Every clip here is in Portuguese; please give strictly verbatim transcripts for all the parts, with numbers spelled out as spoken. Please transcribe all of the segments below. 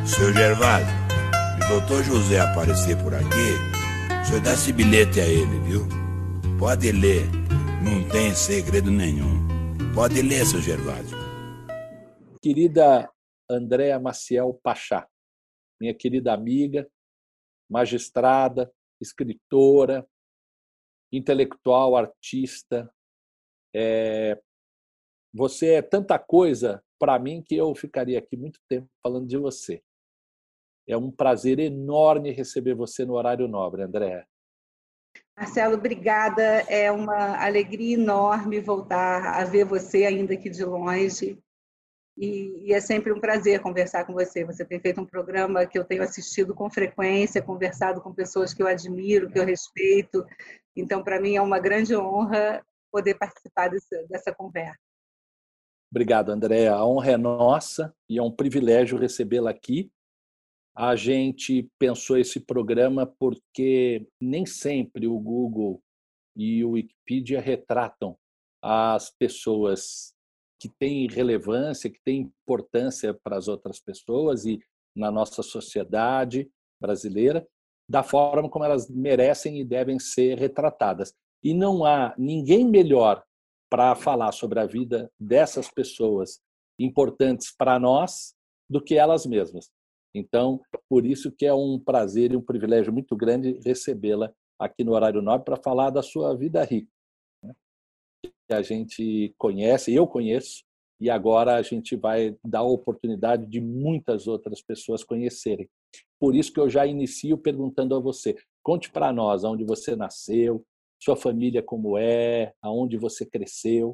Seu Gervásio, se o doutor José aparecer por aqui, o senhor dá esse bilhete a ele, viu? Pode ler, não tem segredo nenhum. Pode ler, seu Gervásio. Querida Andréa Maciel Pachá, minha querida amiga, magistrada, escritora, intelectual, artista, é... você é tanta coisa para mim que eu ficaria aqui muito tempo falando de você. É um prazer enorme receber você no Horário Nobre, Andréa. Marcelo, obrigada. É uma alegria enorme voltar a ver você ainda aqui de longe. E, e é sempre um prazer conversar com você. Você tem feito um programa que eu tenho assistido com frequência, conversado com pessoas que eu admiro, que eu respeito. Então, para mim, é uma grande honra poder participar dessa, dessa conversa. Obrigado, Andréa. A honra é nossa e é um privilégio recebê-la aqui. A gente pensou esse programa porque nem sempre o Google e o Wikipedia retratam as pessoas que têm relevância, que têm importância para as outras pessoas e na nossa sociedade brasileira, da forma como elas merecem e devem ser retratadas. E não há ninguém melhor para falar sobre a vida dessas pessoas importantes para nós do que elas mesmas. Então, por isso que é um prazer e um privilégio muito grande recebê-la aqui no Horário Nobre para falar da sua vida rica, né? Que a gente conhece, eu conheço, e agora a gente vai dar a oportunidade de muitas outras pessoas conhecerem. Por isso que eu já inicio perguntando a você, conte para nós onde você nasceu, sua família como é, aonde você cresceu.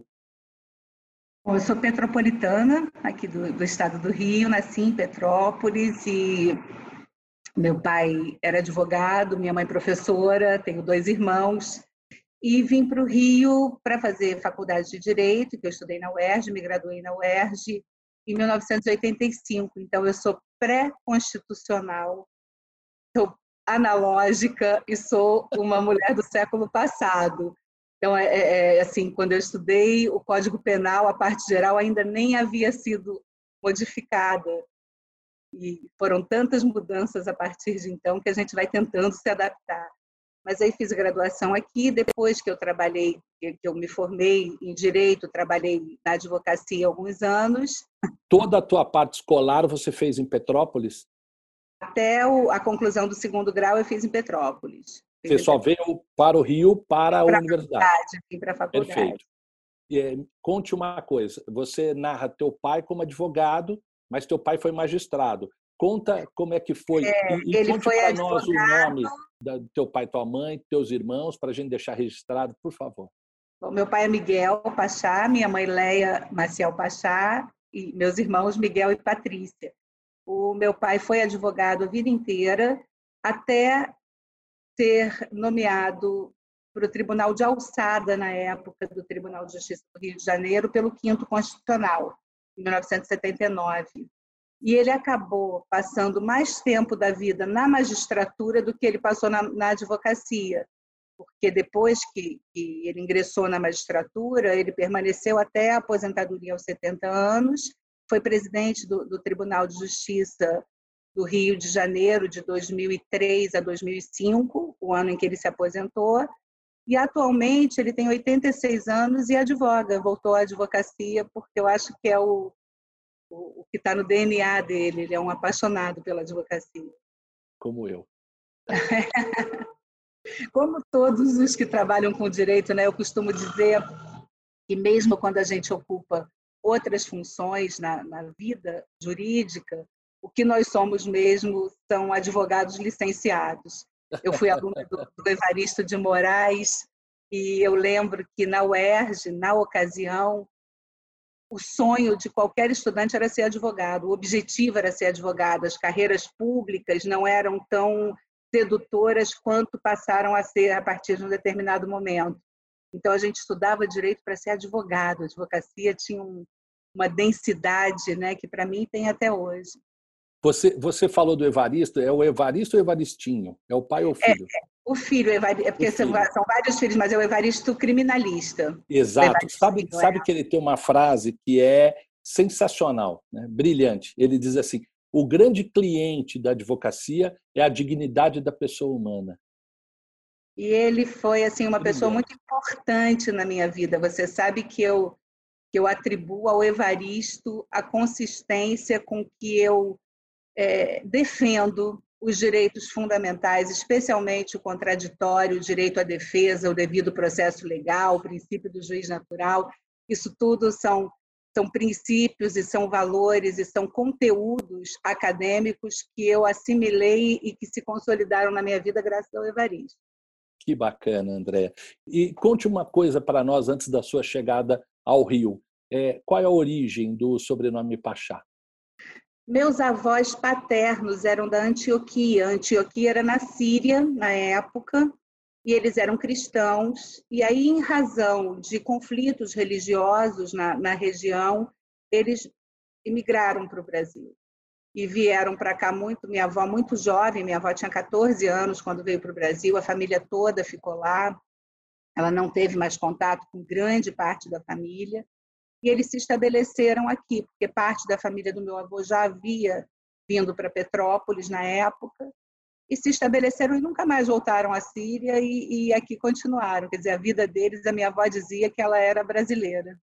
Bom, eu sou petropolitana, aqui do, do estado do Rio, nasci em Petrópolis e meu pai era advogado, minha mãe professora, tenho dois irmãos e vim para o Rio para fazer faculdade de Direito, que eu estudei na U E R J, me graduei na U E R J em mil novecentos e oitenta e cinco, então eu sou pré-constitucional, sou analógica e sou uma mulher do século passado. Então, é, é, assim, quando eu estudei o Código Penal, a parte geral ainda nem havia sido modificada. E foram tantas mudanças a partir de então que a gente vai tentando se adaptar. Mas aí fiz a graduação aqui, depois que eu trabalhei, que eu me formei em Direito, trabalhei na advocacia há alguns anos. Toda a tua parte escolar você fez em Petrópolis? Até o, a conclusão do segundo grau eu fiz em Petrópolis. Você só veio para o Rio para a pra universidade? Faculdade, vim para a faculdade. Perfeito. E, conte uma coisa, você narra teu pai como advogado, mas teu pai foi magistrado. Conta como é que foi. É, e e ele conte foi para advogado. nós o nome do teu pai, tua mãe, teus irmãos, para a gente deixar registrado, por favor. Bom, meu pai é Miguel Pachá, minha mãe Leia Maciel Pachá, e meus irmãos Miguel e Patrícia. O meu pai foi advogado a vida inteira, até ser nomeado para o Tribunal de Alçada, na época do Tribunal de Justiça do Rio de Janeiro, pelo quinto Constitucional, em mil novecentos e setenta e nove. E ele acabou passando mais tempo da vida na magistratura do que ele passou na, na advocacia, porque depois que, que ele ingressou na magistratura, ele permaneceu até a aposentadoria aos setenta anos, foi presidente do, do Tribunal de Justiça do Rio de Janeiro, de dois mil e três a dois mil e cinco, o ano em que ele se aposentou, e atualmente ele tem oitenta e seis anos e advoga, voltou à advocacia, porque eu acho que é o, o, o que está no D N A dele, ele é um apaixonado pela advocacia. Como eu. Como todos os que trabalham com direito, né, eu costumo dizer que mesmo quando a gente ocupa outras funções na, na vida jurídica, o que nós somos mesmo são advogados licenciados. Eu fui aluna do, do Evaristo de Moraes e eu lembro que na U E R J, na ocasião, o sonho de qualquer estudante era ser advogado, o objetivo era ser advogado, as carreiras públicas não eram tão sedutoras quanto passaram a ser a partir de um determinado momento. Então, a gente estudava direito para ser advogado, a advocacia tinha um, uma densidade, né, que para mim tem até hoje. Você, você falou do Evaristo, é o Evaristo ou Evaristinho? É o pai ou o filho? É, é o filho, é porque são, são vários filhos, mas é o Evaristo criminalista. Exato. Sabe, sabe que ele tem uma frase que é sensacional, né? Brilhante. Ele diz assim, o grande cliente da advocacia é a dignidade da pessoa humana. E ele foi assim uma pessoa muito importante na minha vida. Você sabe que eu que eu atribuo ao Evaristo a consistência com que eu é, defendo os direitos fundamentais, especialmente o contraditório, o direito à defesa, o devido processo legal, o princípio do juiz natural. Isso tudo são, são princípios e são valores e são conteúdos acadêmicos que eu assimilei e que se consolidaram na minha vida graças ao Evaristo. Que bacana, Andréa. E conte uma coisa para nós antes da sua chegada ao Rio. É, qual é a origem do sobrenome Pachá? Meus avós paternos eram da Antioquia. A Antioquia era na Síria, na época, e eles eram cristãos. E aí, em razão de conflitos religiosos na, na região, eles imigraram para o Brasil. E vieram para cá muito, minha avó muito jovem, minha avó tinha quatorze anos quando veio para o Brasil, a família toda ficou lá. Ela não teve mais contato com grande parte da família. E eles se estabeleceram aqui, porque parte da família do meu avô já havia vindo para Petrópolis na época, e se estabeleceram e nunca mais voltaram à Síria e, e aqui continuaram. Quer dizer, a vida deles, a minha avó dizia que ela era brasileira.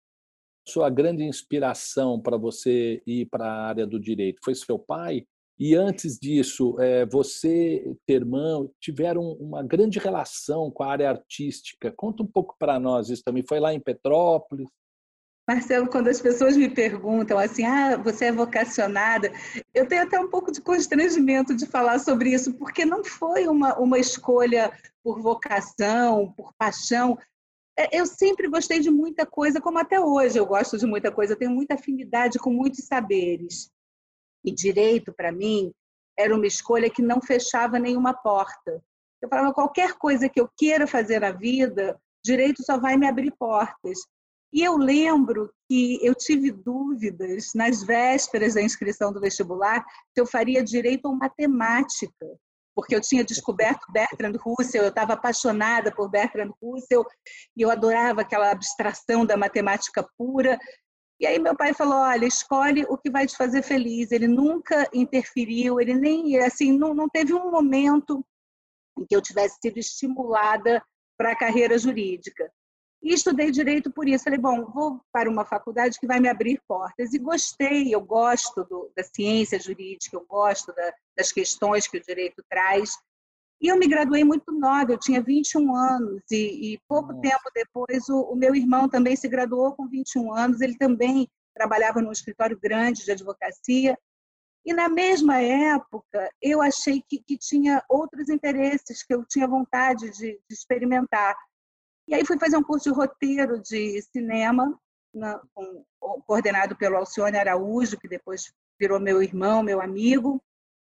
Sua grande inspiração para você ir para a área do direito foi seu pai? E antes disso, você e teu irmão tiveram uma grande relação com a área artística. Conta um pouco para nós isso também. Foi lá em Petrópolis? Marcelo, quando as pessoas me perguntam assim, ah, você é vocacionada, eu tenho até um pouco de constrangimento de falar sobre isso, porque não foi uma, uma escolha por vocação, por paixão. Eu sempre gostei de muita coisa, como até hoje eu gosto de muita coisa, eu tenho muita afinidade com muitos saberes. E direito, para mim, era uma escolha que não fechava nenhuma porta. Eu falava, qualquer coisa que eu queira fazer na vida, direito só vai me abrir portas. E eu lembro que eu tive dúvidas nas vésperas da inscrição do vestibular se eu faria direito ou matemática, porque eu tinha descoberto Bertrand Russell, eu estava apaixonada por Bertrand Russell e eu adorava aquela abstração da matemática pura. E aí meu pai falou, olha, escolhe o que vai te fazer feliz. Ele nunca interferiu, ele nem, assim, não, não teve um momento em que eu tivesse sido estimulada para a carreira jurídica. E estudei direito por isso. Falei, bom, vou para uma faculdade que vai me abrir portas. E gostei, eu gosto do, da ciência jurídica, eu gosto da, das questões que o direito traz. E eu me graduei muito nova, eu tinha vinte e um anos. E, e pouco Nossa. tempo depois, o, o meu irmão também se graduou com vinte e um anos. Ele também trabalhava num escritório grande de advocacia. E na mesma época, eu achei que, que tinha outros interesses, que eu tinha vontade de, de experimentar. E aí fui fazer um curso de roteiro de cinema, na, com, coordenado pelo Alcione Araújo, que depois virou meu irmão, meu amigo.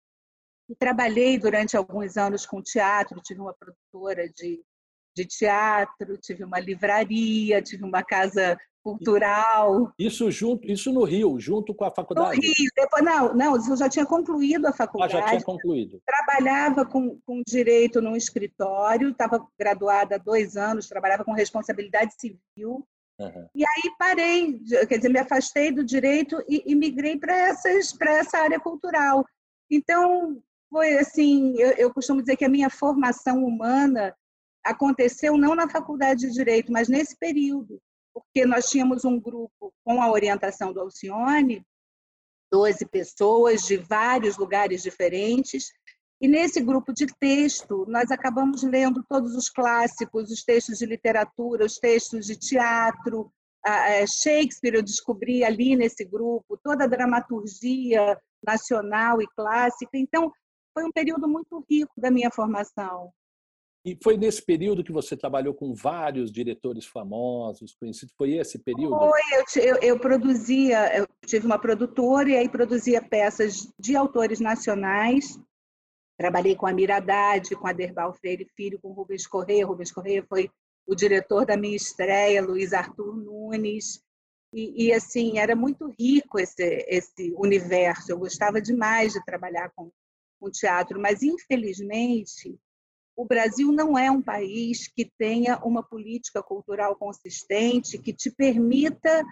E trabalhei durante alguns anos com teatro, tive uma produtora de, de teatro, tive uma livraria, tive uma casa cultural. Isso junto, isso no Rio, junto com a faculdade? No Rio, depois, não, não, eu já tinha concluído a faculdade. Ah, já tinha concluído. Trabalhava com, com direito num escritório, estava graduada há dois anos, trabalhava com responsabilidade civil. Uhum. E aí parei, quer dizer, me afastei do direito e, e migrei para essas, para essa área cultural. Então, foi assim, eu, eu costumo dizer que a minha formação humana aconteceu não na faculdade de Direito, mas nesse período, porque nós tínhamos um grupo com a orientação do Alcione, doze pessoas de vários lugares diferentes, e nesse grupo de texto nós acabamos lendo todos os clássicos, os textos de literatura, os textos de teatro, Shakespeare eu descobri ali nesse grupo, toda a dramaturgia nacional e clássica, então foi um período muito rico da minha formação. E foi nesse período que você trabalhou com vários diretores famosos, conhecidos? Foi esse período? Foi, eu, eu, eu produzia, eu tive uma produtora e aí produzia peças de autores nacionais. Trabalhei com a Mira Haddad, com a Derbal Freire Filho, com o Rubens Correia. Rubens Correia foi o diretor da minha estreia, Luiz Arthur Nunes. E, e assim, era muito rico esse, esse universo. Eu gostava demais de trabalhar com, com teatro, mas infelizmente o Brasil não é um país que tenha uma política cultural consistente, que te permita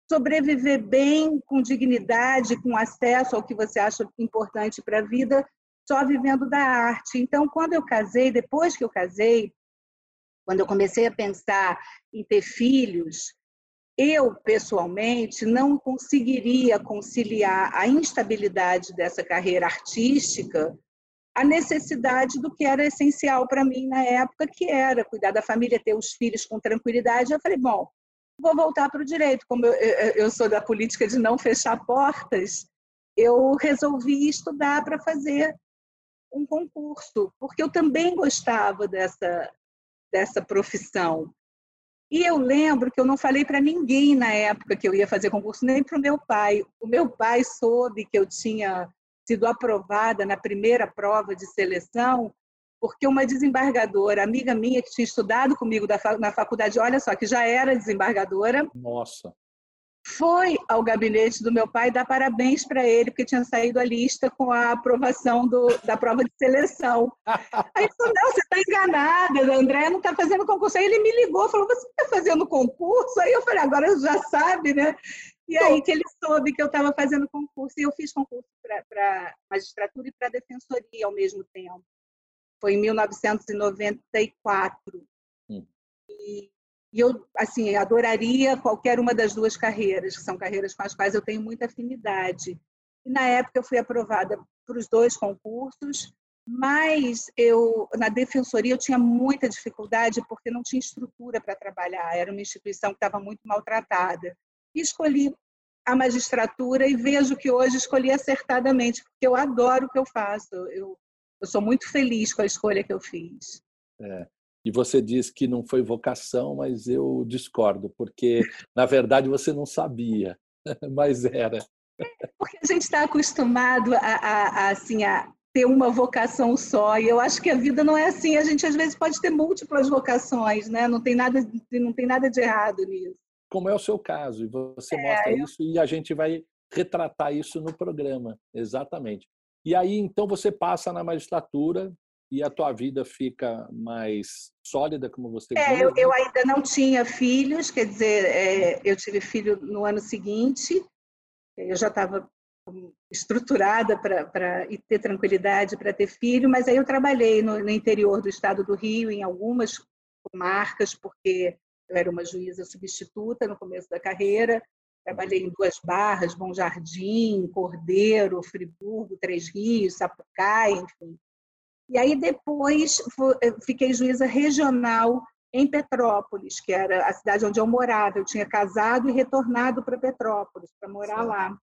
sobreviver bem, com dignidade, com acesso ao que você acha importante para a vida, só vivendo da arte. Então, quando eu casei, depois que eu casei, quando eu comecei a pensar em ter filhos, eu, pessoalmente, não conseguiria conciliar a instabilidade dessa carreira artística à necessidade do que era essencial para mim na época, que era cuidar da família, ter os filhos com tranquilidade. Eu falei, bom, vou voltar para o direito. Como eu, eu sou da política de não fechar portas, eu resolvi estudar para fazer um concurso, porque eu também gostava dessa, dessa profissão. E eu lembro que eu não falei para ninguém na época que eu ia fazer concurso, nem para o meu pai. O meu pai soube que eu tinha sido aprovada na primeira prova de seleção, porque uma desembargadora, amiga minha, que tinha estudado comigo na faculdade, olha só, que já era desembargadora, Nossa. foi ao gabinete do meu pai dar parabéns para ele, porque tinha saído a lista com a aprovação do, da prova de seleção. Aí ele falou, não, você está enganada, a Andréia não está fazendo concurso. Aí ele me ligou, falou, você está fazendo concurso? Aí eu falei, agora já sabe, né? E aí que ele soube que eu estava fazendo concurso. E eu fiz concurso para magistratura e para defensoria ao mesmo tempo. Foi em mil novecentos e noventa e quatro. Hum. E E eu, assim, adoraria qualquer uma das duas carreiras, que são carreiras com as quais eu tenho muita afinidade. E, na época, eu fui aprovada para os dois concursos, mas eu, na defensoria eu tinha muita dificuldade porque não tinha estrutura para trabalhar, era uma instituição que estava muito maltratada. E escolhi a magistratura e vejo que hoje escolhi acertadamente, porque eu adoro o que eu faço, eu, eu sou muito feliz com a escolha que eu fiz. É. E você diz que não foi vocação, mas eu discordo, porque, na verdade, você não sabia, mas era. Porque a gente está acostumado a, a, a, assim, a ter uma vocação só, e eu acho que a vida não é assim. A gente, às vezes, pode ter múltiplas vocações, né? Não tem nada, não tem nada de errado nisso. Como é o seu caso, e você é, mostra eu... isso, e a gente vai retratar isso no programa, exatamente. E aí, então, você passa na magistratura, e a tua vida fica mais sólida, como você é, diz? Eu, eu ainda não tinha filhos, quer dizer, é, eu tive filho no ano seguinte, eu já estava estruturada para ter tranquilidade para ter filho, mas aí eu trabalhei no, no interior do estado do Rio, em algumas comarcas, porque eu era uma juíza substituta no começo da carreira, trabalhei em Duas Barras, Bom Jardim, Cordeiro, Friburgo, Três Rios, Sapucaí, enfim. E aí depois fiquei juíza regional em Petrópolis, que era a cidade onde eu morava. Eu tinha casado e retornado para Petrópolis, para morar certo. Lá.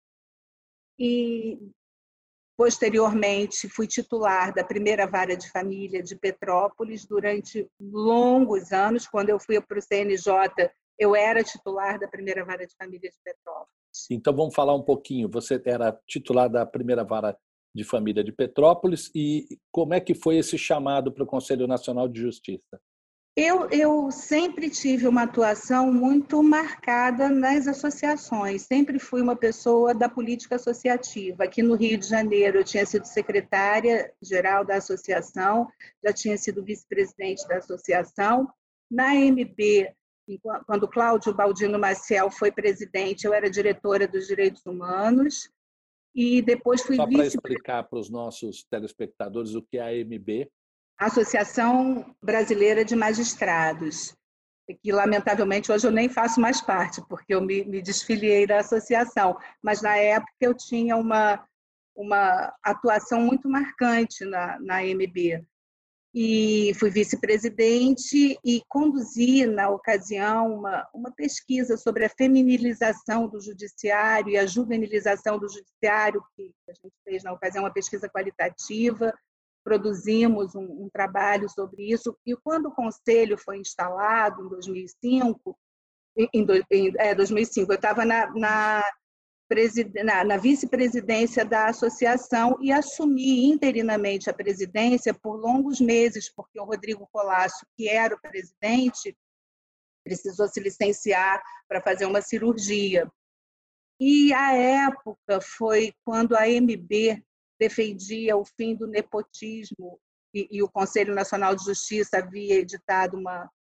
E, posteriormente, fui titular da primeira vara de família de Petrópolis durante longos anos. Quando eu fui para o C N J, eu era titular da primeira vara de família de Petrópolis. Então, vamos falar um pouquinho. Você era titular da primeira vara de família de Petrópolis, e como é que foi esse chamado para o Conselho Nacional de Justiça? Eu, eu sempre tive uma atuação muito marcada nas associações, sempre fui uma pessoa da política associativa. Aqui no Rio de Janeiro eu tinha sido secretária-geral da associação, já tinha sido vice-presidente da associação. Na A M B, quando Cláudio Baldino Maciel foi presidente, eu era diretora dos direitos humanos. E depois fui Só vice... para explicar para os nossos telespectadores o que é a A M B. Associação Brasileira de Magistrados, que lamentavelmente hoje eu nem faço mais parte, porque eu me, me desfiliei da associação, mas na época eu tinha uma, uma atuação muito marcante na, na A M B. E fui vice-presidente e conduzi, na ocasião, uma, uma pesquisa sobre a feminilização do judiciário e a juvenilização do judiciário, que a gente fez, na ocasião, uma pesquisa qualitativa, produzimos um, um trabalho sobre isso. E quando o Conselho foi instalado, em dois mil e cinco, em, em é, dois mil e cinco eu estava na... na Na, na vice-presidência da associação e assumi interinamente a presidência por longos meses, porque o Rodrigo Colasso, que era o presidente, precisou se licenciar para fazer uma cirurgia. E a época foi quando a A M B defendia o fim do nepotismo e, e o Conselho Nacional de Justiça havia editado uma,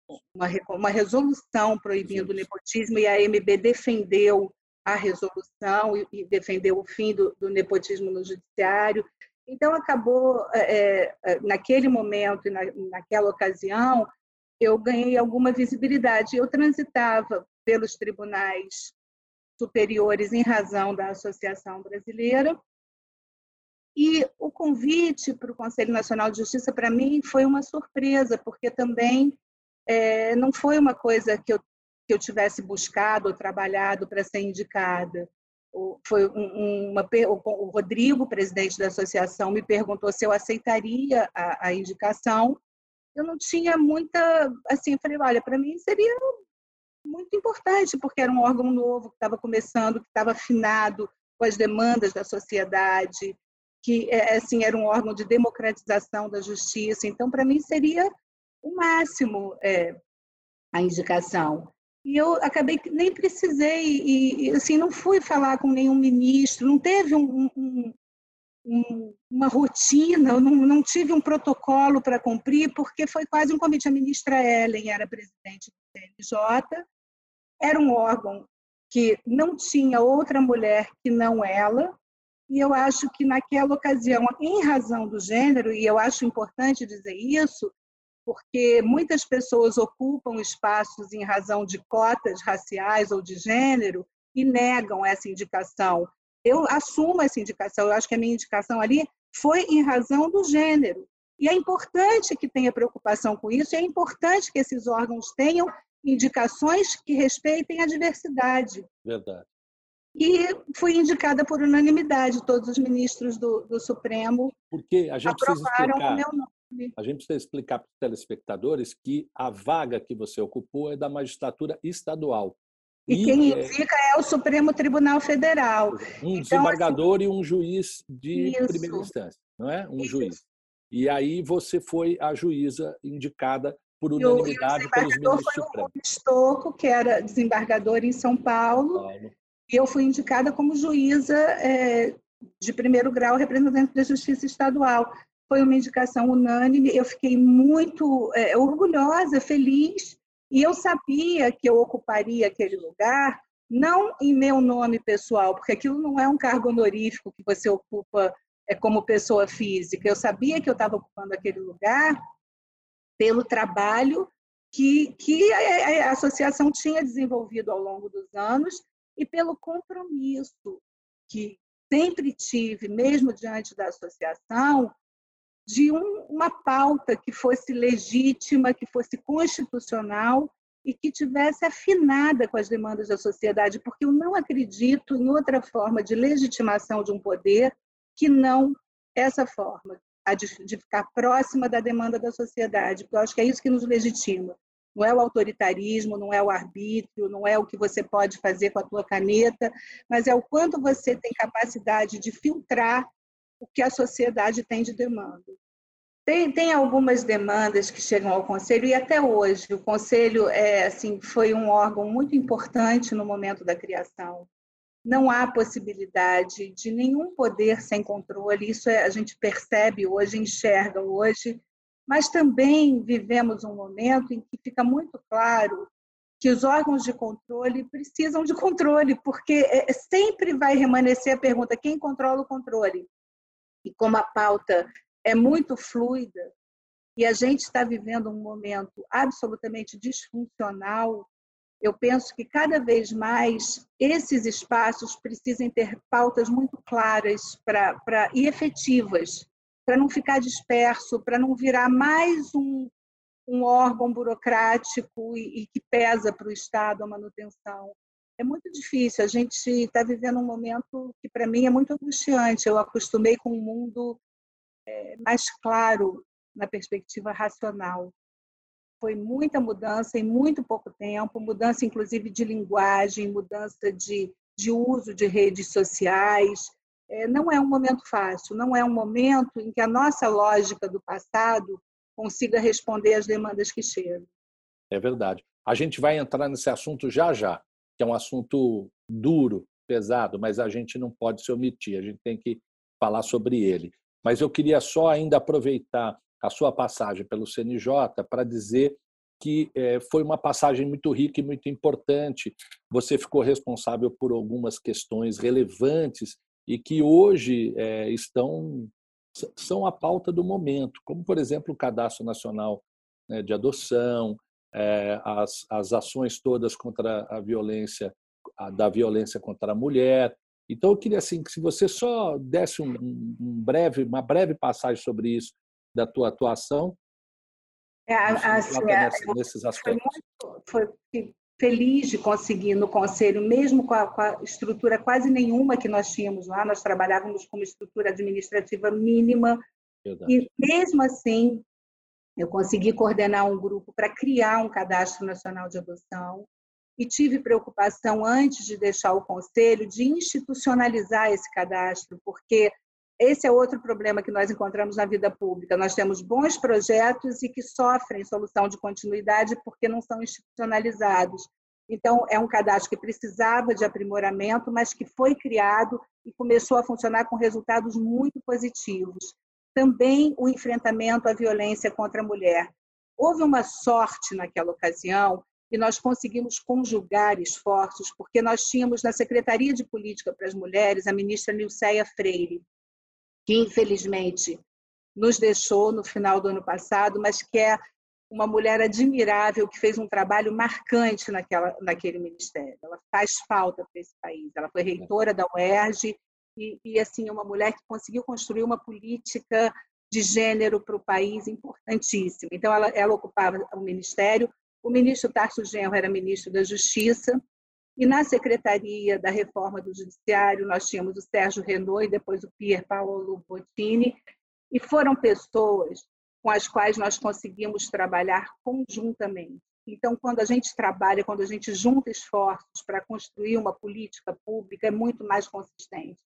uma, uma resolução proibindo o nepotismo e a M B defendeu a resolução e, e defendeu o fim do, do nepotismo no judiciário. Então, acabou, é, naquele momento e na, naquela ocasião, eu ganhei alguma visibilidade. Eu transitava pelos tribunais superiores em razão da Associação Brasileira. E o convite para o Conselho Nacional de Justiça, para mim, foi uma surpresa, porque também é, não foi uma coisa que eu, que eu tivesse buscado ou trabalhado para ser indicada. Foi uma, o Rodrigo, presidente da associação, me perguntou se eu aceitaria a, a indicação. Eu não tinha muita... Assim, eu falei, olha, para mim seria muito importante, porque era um órgão novo, que estava começando, que estava afinado com as demandas da sociedade, que assim, era um órgão de democratização da justiça. Então, para mim, seria o máximo é, a indicação. E eu acabei que nem precisei, e assim, não fui falar com nenhum ministro, não teve um, um, um, uma rotina, eu não, não tive um protocolo para cumprir, porque foi quase um convite. A ministra Ellen era presidente do C N J, era um órgão que não tinha outra mulher que não ela, e eu acho que naquela ocasião, em razão do gênero, e eu acho importante dizer isso, porque muitas pessoas ocupam espaços em razão de cotas raciais ou de gênero e negam essa indicação. Eu assumo essa indicação, eu acho que a minha indicação ali foi em razão do gênero. E é importante que tenha preocupação com isso, e é importante que esses órgãos tenham indicações que respeitem a diversidade. Verdade. E fui indicada por unanimidade, todos os ministros do, do Supremo Porque a gente precisa explicar, o meu nome. A gente precisa explicar para os telespectadores que a vaga que você ocupou é da magistratura estadual. E, e quem indica é... é o Supremo Tribunal Federal. Um então, desembargador assim... e um juiz de isso. primeira instância, não é? Um isso. juiz. E aí você foi a juíza indicada por unanimidade e o, e o pelos ministros foi supremos. O Estocco, que era desembargador em São Paulo, Paulo. E eu fui indicada como juíza é, de primeiro grau, representante da Justiça Estadual. Foi uma indicação unânime, eu fiquei muito é, orgulhosa, feliz, e eu sabia que eu ocuparia aquele lugar, não em meu nome pessoal, porque aquilo não é um cargo honorífico que você ocupa é, como pessoa física. Eu sabia que eu estava ocupando aquele lugar pelo trabalho que, que a, a associação tinha desenvolvido ao longo dos anos e pelo compromisso que sempre tive, mesmo diante da associação, de um, uma pauta que fosse legítima, que fosse constitucional e que tivesse afinada com as demandas da sociedade, porque eu não acredito em outra forma de legitimação de um poder que não essa forma, a de, de ficar próxima da demanda da sociedade, porque eu acho que é isso que nos legitima. Não é o autoritarismo, não é o arbítrio, não é o que você pode fazer com a tua caneta, mas é o quanto você tem capacidade de filtrar o que a sociedade tem de demanda. Tem, tem algumas demandas que chegam ao Conselho, e até hoje o Conselho é, assim, foi um órgão muito importante no momento da criação. Não há possibilidade de nenhum poder sem controle, isso é, a gente percebe hoje, enxerga hoje, mas também vivemos um momento em que fica muito claro que os órgãos de controle precisam de controle, porque sempre vai remanescer a pergunta: quem controla o controle? E como a pauta é muito fluida, e a gente está vivendo um momento absolutamente disfuncional, eu penso que cada vez mais esses espaços precisam ter pautas muito claras pra, pra, e efetivas, para não ficar disperso, para não virar mais um, um órgão burocrático e, e que pesa para o Estado a manutenção. É muito difícil, a gente está vivendo um momento que para mim é muito angustiante. Eu acostumei com um mundo é, mais claro na perspectiva racional. Foi muita mudança em muito pouco tempo, mudança inclusive de linguagem, mudança de, de uso de redes sociais. É, não é um momento fácil, não é um momento em que a nossa lógica do passado consiga responder às demandas que chegam. É verdade. A gente vai entrar nesse assunto já já, que é um assunto duro, pesado, mas a gente não pode se omitir, a gente tem que falar sobre ele. Mas eu queria só ainda aproveitar a sua passagem pelo C N J para dizer que é, foi uma passagem muito rica e muito importante. Você ficou responsável por algumas questões relevantes e que hoje é, estão são a pauta do momento, como, por exemplo, o Cadastro Nacional, né, de Adoção, é, as, as ações todas contra a violência, a, da violência contra a mulher. Então, eu queria assim, que se você só desse um, um breve, uma breve passagem sobre isso, da tua atuação, É, assim, nessa, eu nesses fui aspectos. muito foi feliz de conseguir no conselho, mesmo com a, com a estrutura quase nenhuma que nós tínhamos lá, nós trabalhávamos com uma estrutura administrativa mínima, Verdade. e mesmo assim eu consegui coordenar um grupo para criar um cadastro nacional de adoção e tive preocupação, antes de deixar o conselho, de institucionalizar esse cadastro, porque esse é outro problema que nós encontramos na vida pública. Nós temos bons projetos e que sofrem solução de continuidade porque não são institucionalizados. Então, é um cadastro que precisava de aprimoramento, mas que foi criado e começou a funcionar com resultados muito positivos. Também o enfrentamento à violência contra a mulher. Houve uma sorte naquela ocasião e nós conseguimos conjugar esforços, porque nós tínhamos na Secretaria de Política para as Mulheres a ministra Nilceia Freire, que infelizmente nos deixou no final do ano passado, mas que é uma mulher admirável, que fez um trabalho marcante naquela, naquele ministério. Ela faz falta para esse país. Ela foi reitora da U E R J e, e assim, uma mulher que conseguiu construir uma política de gênero para o país importantíssima. Então, ela, ela ocupava o ministério. O ministro Tarso Genro era ministro da Justiça. E na Secretaria da Reforma do Judiciário, nós tínhamos o Sérgio Renaud e depois o Pier Paolo Bottini, e foram pessoas com as quais nós conseguimos trabalhar conjuntamente. Então, quando a gente trabalha, quando a gente junta esforços para construir uma política pública, é muito mais consistente.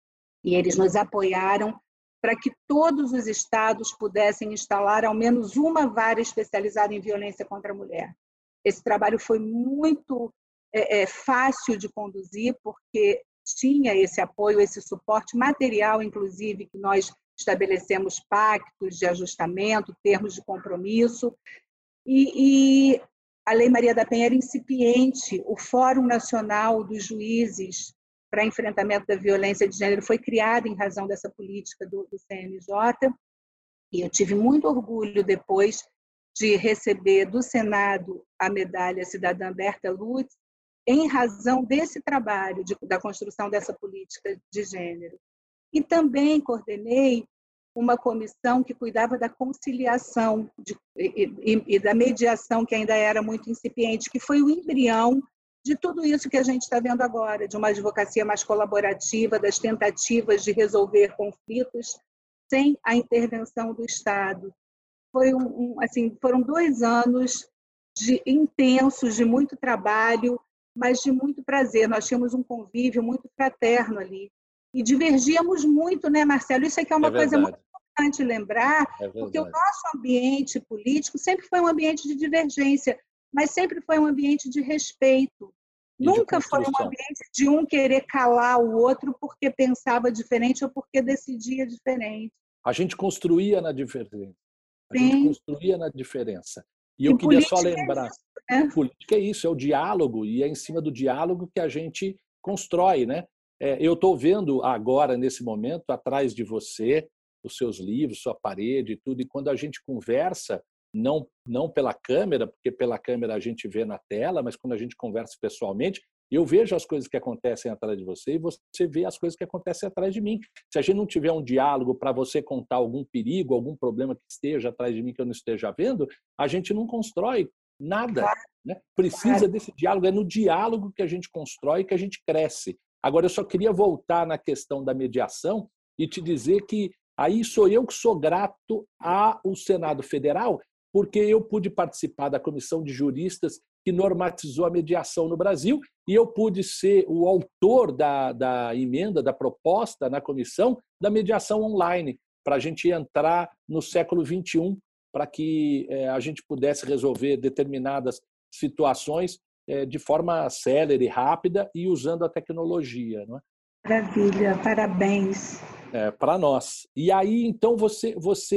E eles nos apoiaram para que todos os estados pudessem instalar ao menos uma vara especializada em violência contra a mulher. Esse trabalho foi muito É, é fácil de conduzir, porque tinha esse apoio, esse suporte material, inclusive, que nós estabelecemos pactos de ajustamento, termos de compromisso, e, e a Lei Maria da Penha era incipiente. O Fórum Nacional dos Juízes para Enfrentamento da Violência de Gênero foi criado em razão dessa política do, do C N J, e eu tive muito orgulho depois de receber do Senado a medalha Cidadã Berta Lutz, em razão desse trabalho, de, da construção dessa política de gênero. E também coordenei uma comissão que cuidava da conciliação de, e, e, e da mediação, que ainda era muito incipiente, que foi o embrião de tudo isso que a gente está vendo agora, de uma advocacia mais colaborativa, das tentativas de resolver conflitos sem a intervenção do Estado. Foi um, um, assim, foram dois anos de intensos, de muito trabalho, mas de muito prazer. Nós tínhamos um convívio muito fraterno ali. E divergíamos muito, né, Marcelo? Isso aqui é uma é coisa muito importante lembrar, é porque o nosso ambiente político sempre foi um ambiente de divergência, mas sempre foi um ambiente de respeito. E Nunca de foi um ambiente de um querer calar o outro porque pensava diferente ou porque decidia diferente. A gente construía na diferença. A Sim. gente construía na diferença. E, e eu queria só lembrar... É isso, né? Política é isso, é o diálogo, e é em cima do diálogo que a gente constrói, né? É, eu estou vendo agora, nesse momento, atrás de você, os seus livros, sua parede e tudo, e quando a gente conversa, não, não pela câmera, porque pela câmera a gente vê na tela, mas quando a gente conversa pessoalmente, eu vejo as coisas que acontecem atrás de você e você vê as coisas que acontecem atrás de mim. Se a gente não tiver um diálogo para você contar algum perigo, algum problema que esteja atrás de mim que eu não esteja vendo, a gente não constrói nada, né? Precisa desse diálogo, é no diálogo que a gente constrói, que a gente cresce. Agora, eu só queria voltar na questão da mediação e te dizer que aí sou eu que sou grato ao Senado Federal, porque eu pude participar da comissão de juristas que normatizou a mediação no Brasil e eu pude ser o autor da, da emenda, da proposta na comissão da mediação online, para a gente entrar no século vinte e um, para que é, a gente pudesse resolver determinadas situações é, de forma célere, rápida e usando a tecnologia. Não é? Maravilha, parabéns. É, para nós. E aí, então, você, você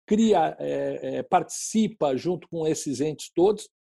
cria, é, é, participa junto com esses entes todos,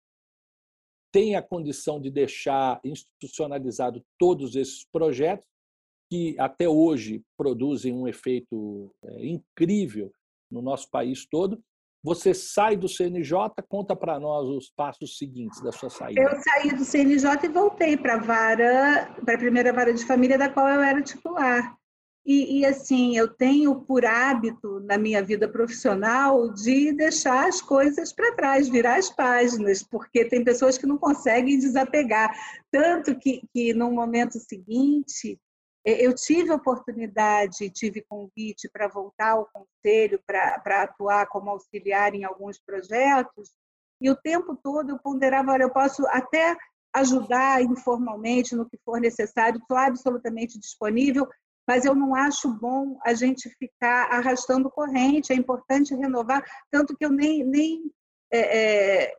tem a condição de deixar institucionalizado todos esses projetos que até hoje produzem um efeito é, incrível no nosso país todo. Você sai do C N J, conta para nós os passos seguintes da sua saída. Eu saí do C N J e voltei para a vara, para a primeira vara de família da qual eu era titular. E, e, assim, eu tenho por hábito, na minha vida profissional, de deixar as coisas para trás, virar as páginas, porque tem pessoas que não conseguem desapegar. Tanto que, que no momento seguinte, eu tive oportunidade, tive convite para voltar ao conselho, para, para atuar como auxiliar em alguns projetos, e o tempo todo eu ponderava, olha, eu posso até ajudar informalmente no que for necessário, estou absolutamente disponível, mas eu não acho bom a gente ficar arrastando corrente, é importante renovar, tanto que eu nem, nem é, é,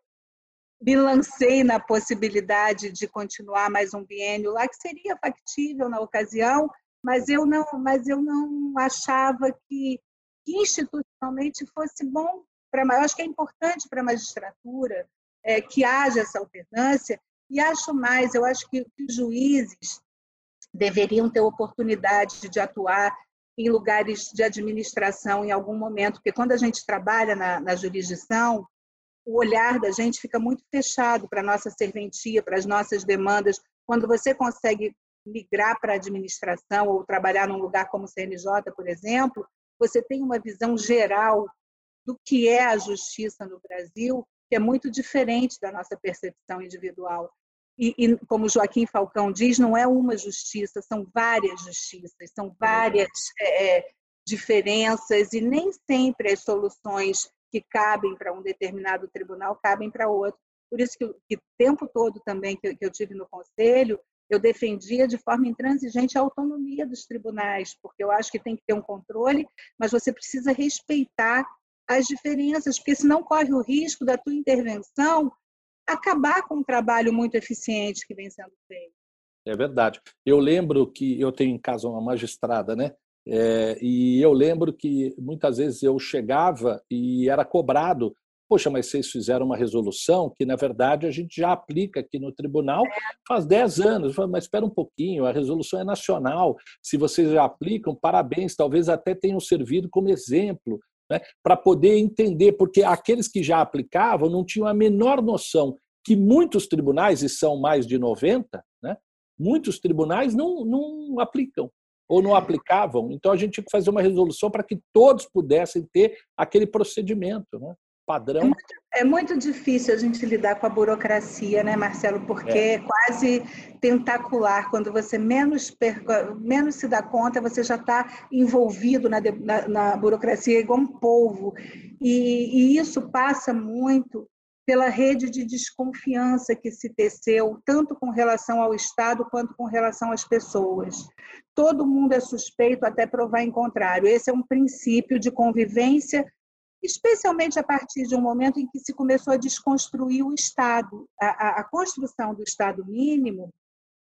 me lancei na possibilidade de continuar mais um biênio lá, que seria factível na ocasião, mas eu não, mas eu não achava que, que institucionalmente fosse bom, pra, eu acho que é importante para a magistratura é, que haja essa alternância, e acho mais, eu acho que, que os juízes deveriam ter oportunidade de atuar em lugares de administração em algum momento, porque quando a gente trabalha na, na jurisdição, o olhar da gente fica muito fechado para a nossa serventia, para as nossas demandas. Quando você consegue migrar para a administração ou trabalhar num lugar como o C N J, por exemplo, você tem uma visão geral do que é a justiça no Brasil, que é muito diferente da nossa percepção individual. E, e, como Joaquim Falcão diz, não é uma justiça, são várias justiças, são várias é, diferenças, e nem sempre as soluções que cabem para um determinado tribunal cabem para outro. Por isso que, que o tempo todo também que, que eu tive no Conselho, eu defendia de forma intransigente a autonomia dos tribunais, porque eu acho que tem que ter um controle, mas você precisa respeitar as diferenças, porque senão corre o risco da tua intervenção acabar com um trabalho muito eficiente que vem sendo feito. É verdade. Eu lembro que eu tenho em casa uma magistrada, né? É, e eu lembro que muitas vezes eu chegava e era cobrado, poxa, mas vocês fizeram uma resolução que, na verdade, a gente já aplica aqui no tribunal faz dez anos. Eu falo, mas espera um pouquinho, a resolução é nacional. Se vocês já aplicam, parabéns, talvez até tenham servido como exemplo, né, para poder entender, porque aqueles que já aplicavam não tinham a menor noção que muitos tribunais, e são mais de noventa, né, muitos tribunais não, não aplicam ou não aplicavam. Então, a gente tinha que fazer uma resolução para que todos pudessem ter aquele procedimento, né, padrão. É muito, é muito difícil a gente lidar com a burocracia, né, Marcelo? Porque é, é quase tentacular. Quando você menos, perca, menos se dá conta, você já está envolvido na, na, na burocracia igual um polvo. E, e isso passa muito pela rede de desconfiança que se teceu, tanto com relação ao Estado quanto com relação às pessoas. Todo mundo é suspeito até provar em contrário. Esse é um princípio de convivência, especialmente a partir de um momento em que se começou a desconstruir o Estado. A, a, a construção do Estado mínimo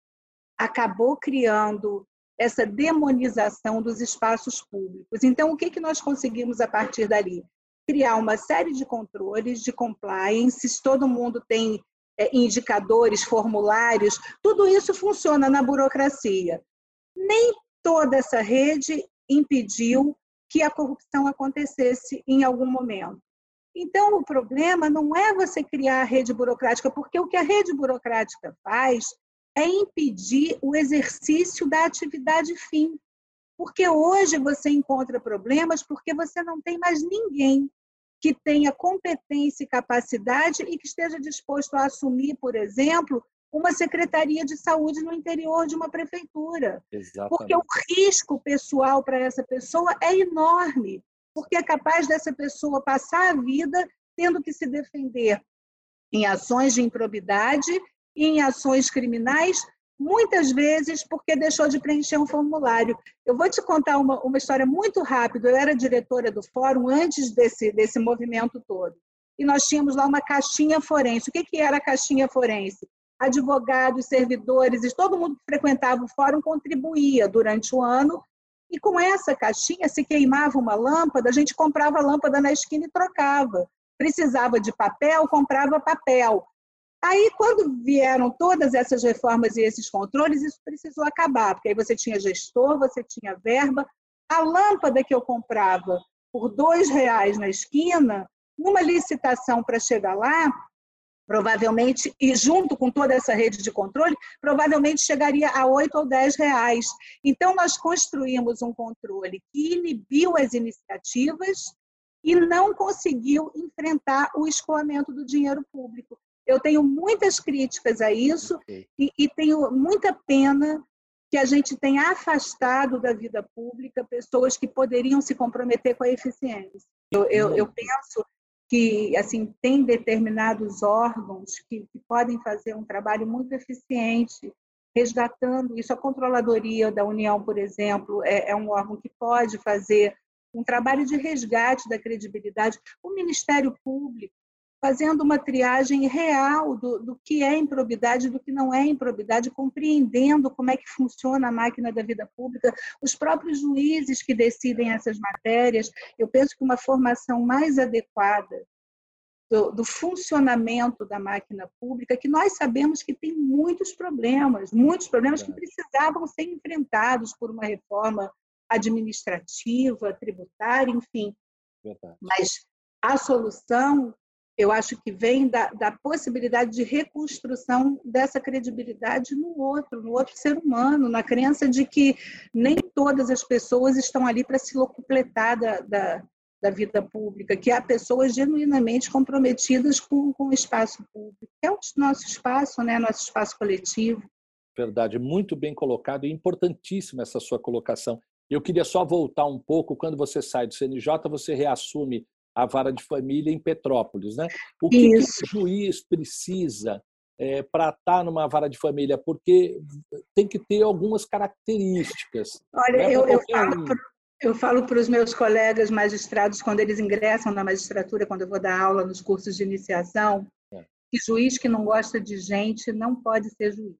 acabou criando essa demonização dos espaços públicos. Então, o que, que nós conseguimos a partir dali? Criar uma série de controles, de compliance, todo mundo tem é, indicadores, formulários, tudo isso funciona na burocracia. Nem toda essa rede impediu que a corrupção acontecesse em algum momento. Então, o problema não é você criar a rede burocrática, porque o que a rede burocrática faz é impedir o exercício da atividade fim. Porque hoje você encontra problemas porque você não tem mais ninguém que tenha competência e capacidade e que esteja disposto a assumir, por exemplo, uma secretaria de saúde no interior de uma prefeitura. Exatamente. Porque o risco pessoal para essa pessoa é enorme, porque é capaz dessa pessoa passar a vida tendo que se defender em ações de improbidade e em ações criminais, muitas vezes porque deixou de preencher um formulário. Eu vou te contar uma, uma história muito rápida. Eu era diretora do fórum antes desse, desse movimento todo. E nós tínhamos lá uma caixinha forense. O que, que era a caixinha forense? Advogados, servidores, todo mundo que frequentava o fórum contribuía durante o ano E com essa caixinha, se queimava uma lâmpada, a gente comprava a lâmpada na esquina e trocava. Precisava de papel, comprava papel. Aí, quando vieram todas essas reformas e esses controles, isso precisou acabar, porque aí você tinha gestor, você tinha verba. A lâmpada que eu comprava por dois reais na esquina, numa licitação para chegar lá, provavelmente, e junto com toda essa rede de controle, provavelmente chegaria a oito ou dez reais. Então, nós construímos um controle que inibiu as iniciativas e não conseguiu enfrentar o escoamento do dinheiro público. Eu tenho muitas críticas a isso e, e tenho muita pena que a gente tenha afastado da vida pública pessoas que poderiam se comprometer com a eficiência. Eu, eu, eu penso que assim, tem determinados órgãos que, que podem fazer um trabalho muito eficiente, resgatando isso. A Controladoria da União, por exemplo, é, é um órgão que pode fazer um trabalho de resgate da credibilidade. O Ministério Público, fazendo uma triagem real do, do que é improbidade e do que não é improbidade, compreendendo como é que funciona a máquina da vida pública, os próprios juízes que decidem essas matérias. Eu penso que uma formação mais adequada do, do funcionamento da máquina pública, que nós sabemos que tem muitos problemas, muitos problemas que precisavam ser enfrentados por uma reforma administrativa, tributária, enfim. Verdade. Mas a solução, eu acho que vem da, da possibilidade de reconstrução dessa credibilidade no outro, no outro ser humano, na crença de que nem todas as pessoas estão ali para se locupletar da, da, da vida pública, que há pessoas genuinamente comprometidas com, com o espaço público, que é o nosso espaço, né? Nosso espaço coletivo. Verdade, muito bem colocado e importantíssima essa sua colocação. Eu queria só voltar um pouco, quando você sai do C N J, você reassume a vara de família em Petrópolis, né? O que, que o juiz precisa é, para estar numa vara de família? Porque tem que ter algumas características. Olha, é eu, eu, falo pro, eu falo para os meus colegas magistrados, quando eles ingressam na magistratura, quando eu vou dar aula nos cursos de iniciação, é. que juiz que não gosta de gente não pode ser juiz.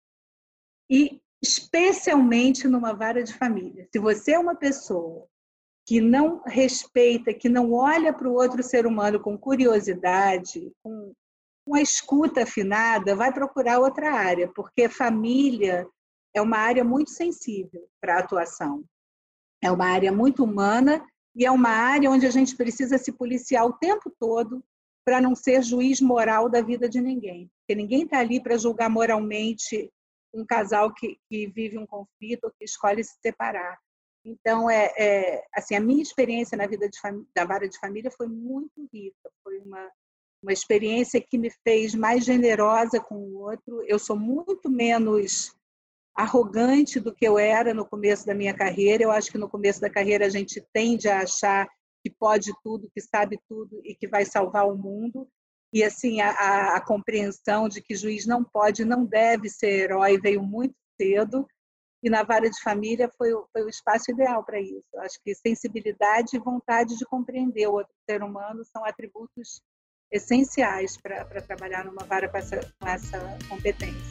E especialmente numa vara de família. Se você é uma pessoa que não respeita, que não olha para o outro ser humano com curiosidade, com uma escuta afinada, vai procurar outra área, porque família é uma área muito sensível para a atuação. É uma área muito humana e é uma área onde a gente precisa se policiar o tempo todo para não ser juiz moral da vida de ninguém. Porque ninguém está ali para julgar moralmente um casal que, que vive um conflito ou que escolhe se separar. Então, é, é, assim, a minha experiência na vida de fam... da vara de família foi muito rica, foi uma, uma experiência que me fez mais generosa com o outro. Eu sou muito menos arrogante do que eu era no começo da minha carreira. Eu acho que no começo da carreira a gente tende a achar que pode tudo, que sabe tudo e que vai salvar o mundo. E assim, a, a, a compreensão de que juiz não pode, não deve ser herói veio muito cedo. E na vara de família foi, foi o espaço ideal para isso. Eu acho que sensibilidade e vontade de compreender o outro ser humano são atributos essenciais para trabalhar numa vara com essa, com essa competência.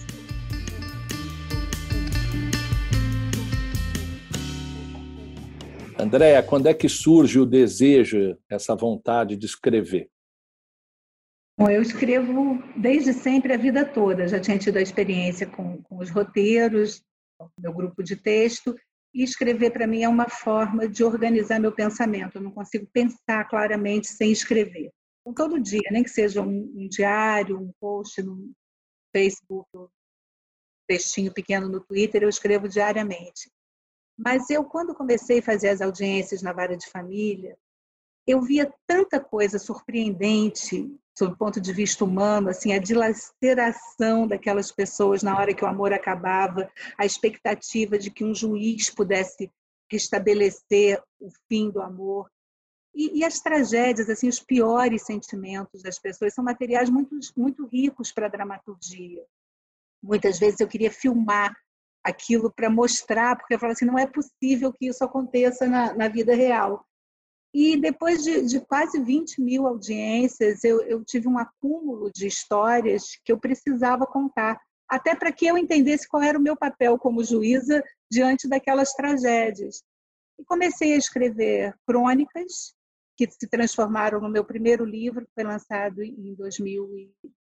Andréa, quando é que surge o desejo, essa vontade de escrever? Bom, eu escrevo desde sempre, a vida toda. Já tinha tido a experiência com, com os roteiros, com meu grupo de texto, e escrever para mim é uma forma de organizar meu pensamento. Eu não consigo pensar claramente sem escrever. Então, todo dia, nem que seja um, um diário, um post no Facebook, um textinho pequeno no Twitter, eu escrevo diariamente. Mas eu, quando comecei a fazer as audiências na vara de família, eu via tanta coisa surpreendente, sob o ponto de vista humano, assim, a dilaceração daquelas pessoas na hora que o amor acabava, a expectativa de que um juiz pudesse restabelecer o fim do amor. E, e as tragédias, assim, os piores sentimentos das pessoas são materiais muito, muito ricos para a dramaturgia. Muitas vezes eu queria filmar aquilo para mostrar, porque eu falava assim, não é possível que isso aconteça na, na vida real. E depois de, de quase vinte mil audiências, eu, eu tive um acúmulo de histórias que eu precisava contar, até para que eu entendesse qual era o meu papel como juíza diante daquelas tragédias. E comecei a escrever crônicas, que se transformaram no meu primeiro livro, que foi lançado em dois mil e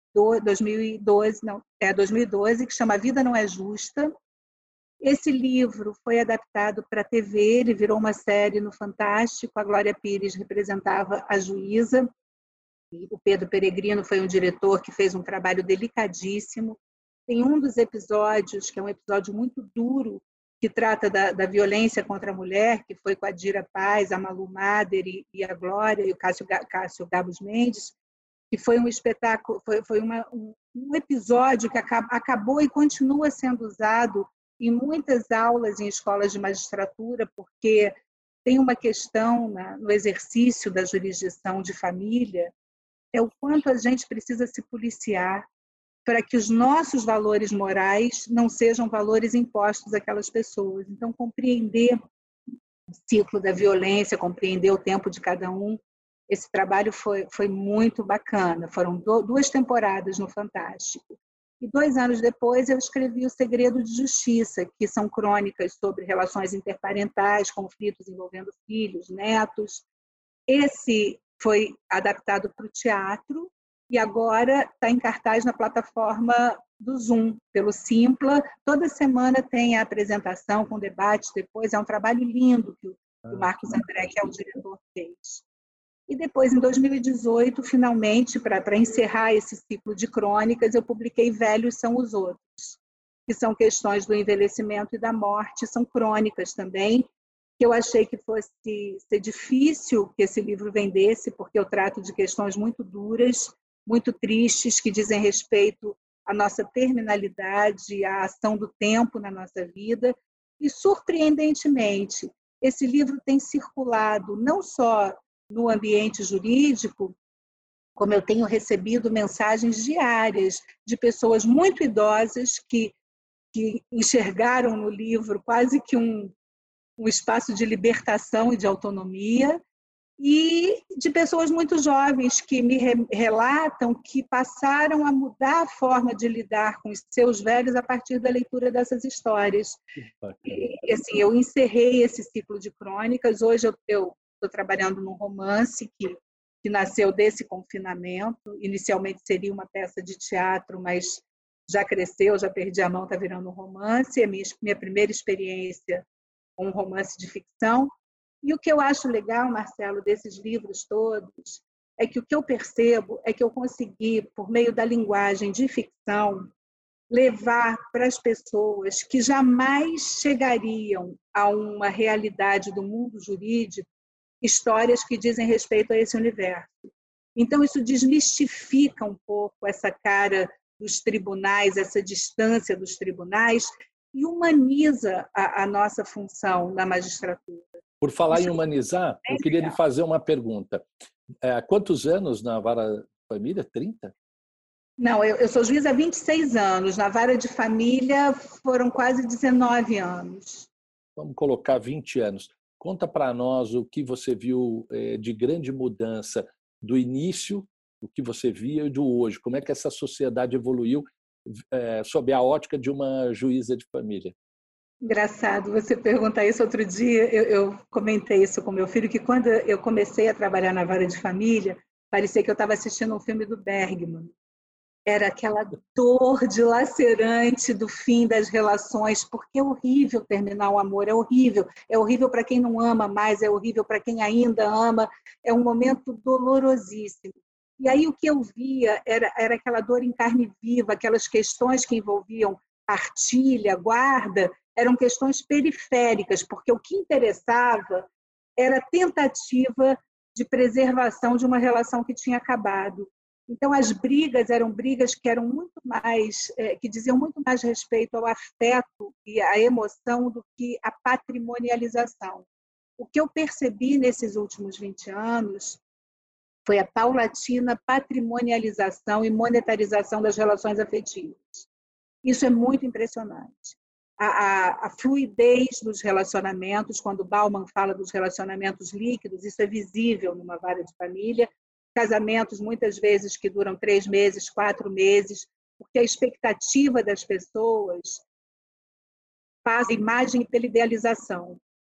doze, não, é dois mil e doze, que chama A Vida Não é Justa. Esse livro foi adaptado para a T V, ele virou uma série no Fantástico, a Glória Pires representava a juíza, e o Pedro Peregrino foi um diretor que fez um trabalho delicadíssimo. Tem um dos episódios, que é um episódio muito duro, que trata da, da violência contra a mulher, que foi com a Dira Paz, a Malu Mader e, e a Glória, e o Cássio, Cássio Gabos Mendes, que foi um espetáculo, foi, foi uma, um, um episódio que acaba, acabou e continua sendo usado em muitas aulas em escolas de magistratura, porque tem uma questão na, no exercício da jurisdição de família, é o quanto a gente precisa se policiar para que os nossos valores morais não sejam valores impostos àquelas pessoas. Então, compreender o ciclo da violência, compreender o tempo de cada um, esse trabalho foi, foi muito bacana. Foram duas temporadas no Fantástico. E dois anos depois eu escrevi O Segredo de Justiça, que são crônicas sobre relações interparentais, conflitos envolvendo filhos, netos. Esse foi adaptado para o teatro, e agora está em cartaz na plataforma do Zoom, pelo Simpla. Toda semana tem a apresentação com debates depois. É um trabalho lindo que o Marcos André, que é o diretor, fez. E depois, em dois mil e dezoito, finalmente, para encerrar esse ciclo de crônicas, eu publiquei Velhos São os Outros, que são questões do envelhecimento e da morte, são crônicas também, que eu achei que fosse ser difícil que esse livro vendesse, porque eu trato de questões muito duras, muito tristes, que dizem respeito à nossa terminalidade, à ação do tempo na nossa vida. E, surpreendentemente, esse livro tem circulado não só no ambiente jurídico, como eu tenho recebido mensagens diárias de pessoas muito idosas que, que enxergaram no livro quase que um, um espaço de libertação e de autonomia, e de pessoas muito jovens que me relatam que passaram a mudar a forma de lidar com os seus velhos a partir da leitura dessas histórias. E, assim, eu encerrei esse ciclo de crônicas. Hoje eu estou trabalhando num romance que, que nasceu desse confinamento. Inicialmente seria uma peça de teatro, mas já cresceu, já perdi a mão, está virando um romance. É a minha, minha primeira experiência com um romance de ficção. E o que eu acho legal, Marcelo, desses livros todos, é que o que eu percebo é que eu consegui, por meio da linguagem de ficção, levar para as pessoas que jamais chegariam a uma realidade do mundo jurídico histórias que dizem respeito a esse universo. Então, isso desmistifica um pouco essa cara dos tribunais, essa distância dos tribunais, e humaniza a, a nossa função na magistratura. Por falar em humanizar, eu queria lhe fazer uma pergunta. Há quantos anos na Vara de Família? trinta? Não, eu, eu sou juíza há vinte e seis anos. Na Vara de Família foram quase dezenove anos. Vamos colocar vinte anos. Conta para nós o que você viu de grande mudança do início, o que você via e do hoje. Como é que essa sociedade evoluiu é, sob a ótica de uma juíza de família? Engraçado você perguntar isso. Outro dia eu, eu comentei isso com meu filho, que quando eu comecei a trabalhar na Vara de Família, parecia que eu estava assistindo um filme do Bergman. Era aquela dor dilacerante do fim das relações, porque é horrível terminar o amor, é horrível. É horrível para quem não ama mais, é horrível para quem ainda ama, é um momento dolorosíssimo. E aí o que eu via era, era aquela dor em carne viva, aquelas questões que envolviam partilha, guarda, eram questões periféricas, porque o que interessava era a tentativa de preservação de uma relação que tinha acabado. Então, as brigas eram brigas que eram muito mais, que diziam muito mais respeito ao afeto e à emoção do que à patrimonialização. O que eu percebi nesses últimos vinte anos foi a paulatina patrimonialização e monetarização das relações afetivas. Isso é muito impressionante. A, a, a fluidez dos relacionamentos, quando Bauman fala dos relacionamentos líquidos, isso é visível numa vara de família. Casamentos, muitas vezes, que duram três meses, quatro meses, porque a expectativa das pessoas passa a imagem pela idealização.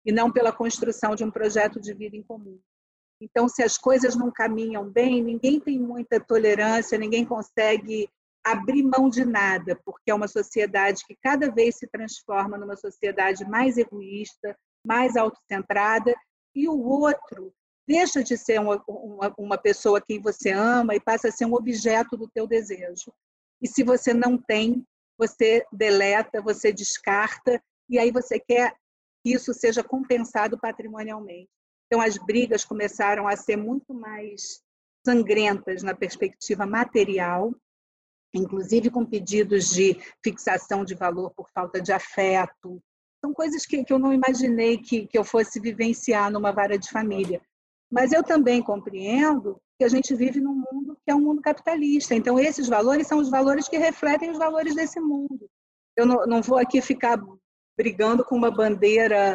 e não pela construção de um projeto de vida em comum. Então, se as coisas não caminham bem, ninguém tem muita tolerância, ninguém consegue abrir mão de nada, porque é uma sociedade que cada vez se transforma numa sociedade mais egoísta, mais autocentrada, e o outro deixa de ser uma, uma, uma pessoa que você ama e passa a ser um objeto do teu desejo. E se você não tem, você deleta, você descarta, e aí você quer que isso seja compensado patrimonialmente. Então, as brigas começaram a ser muito mais sangrentas na perspectiva material, inclusive com pedidos de fixação de valor por falta de afeto. São coisas que, que eu não imaginei que, que eu fosse vivenciar numa vara de família. Mas eu também compreendo que a gente vive num mundo que é um mundo capitalista. Então, esses valores são os valores que refletem os valores desse mundo. Eu não, não vou aqui ficar brigando com uma bandeira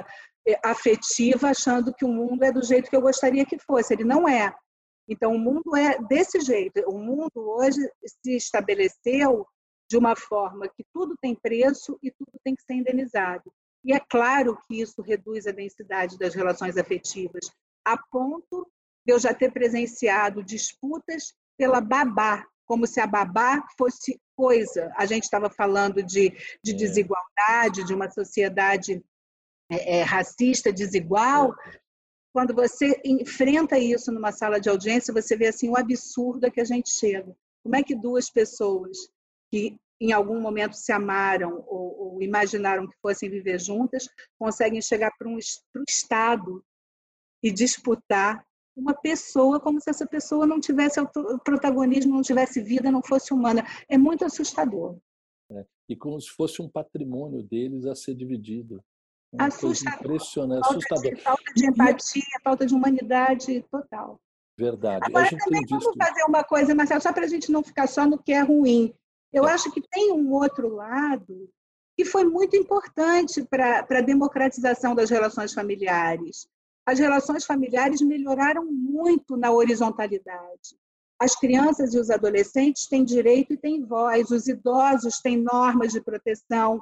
afetiva, achando que o mundo é do jeito que eu gostaria que fosse. Ele não é. Então, o mundo é desse jeito. O mundo hoje se estabeleceu de uma forma que tudo tem preço e tudo tem que ser indenizado. E é claro que isso reduz a densidade das relações afetivas, a ponto de eu já ter presenciado disputas pela babá, como se a babá fosse coisa. A gente estava falando de, de desigualdade, de uma sociedade é, é, racista, desigual. Quando você enfrenta isso numa sala de audiência, você vê assim, o absurdo a que a gente chega. Como é que duas pessoas que em algum momento se amaram ou, ou imaginaram que fossem viver juntas, conseguem chegar para um para o Estado e disputar uma pessoa como se essa pessoa não tivesse protagonismo, não tivesse vida, não fosse humana. É muito assustador. É, e como se fosse um patrimônio deles a ser dividido. Uma assustador. Impressionante, falta assustador. De, falta de empatia, e... falta de humanidade total. Verdade. Agora, a gente também tem visto... vamos fazer uma coisa, Marcelo, só para a gente não ficar só no que é ruim. Eu é. acho que tem um outro lado que foi muito importante para a democratização das relações familiares. As relações familiares melhoraram muito na horizontalidade. As crianças e os adolescentes têm direito e têm voz, os idosos têm normas de proteção,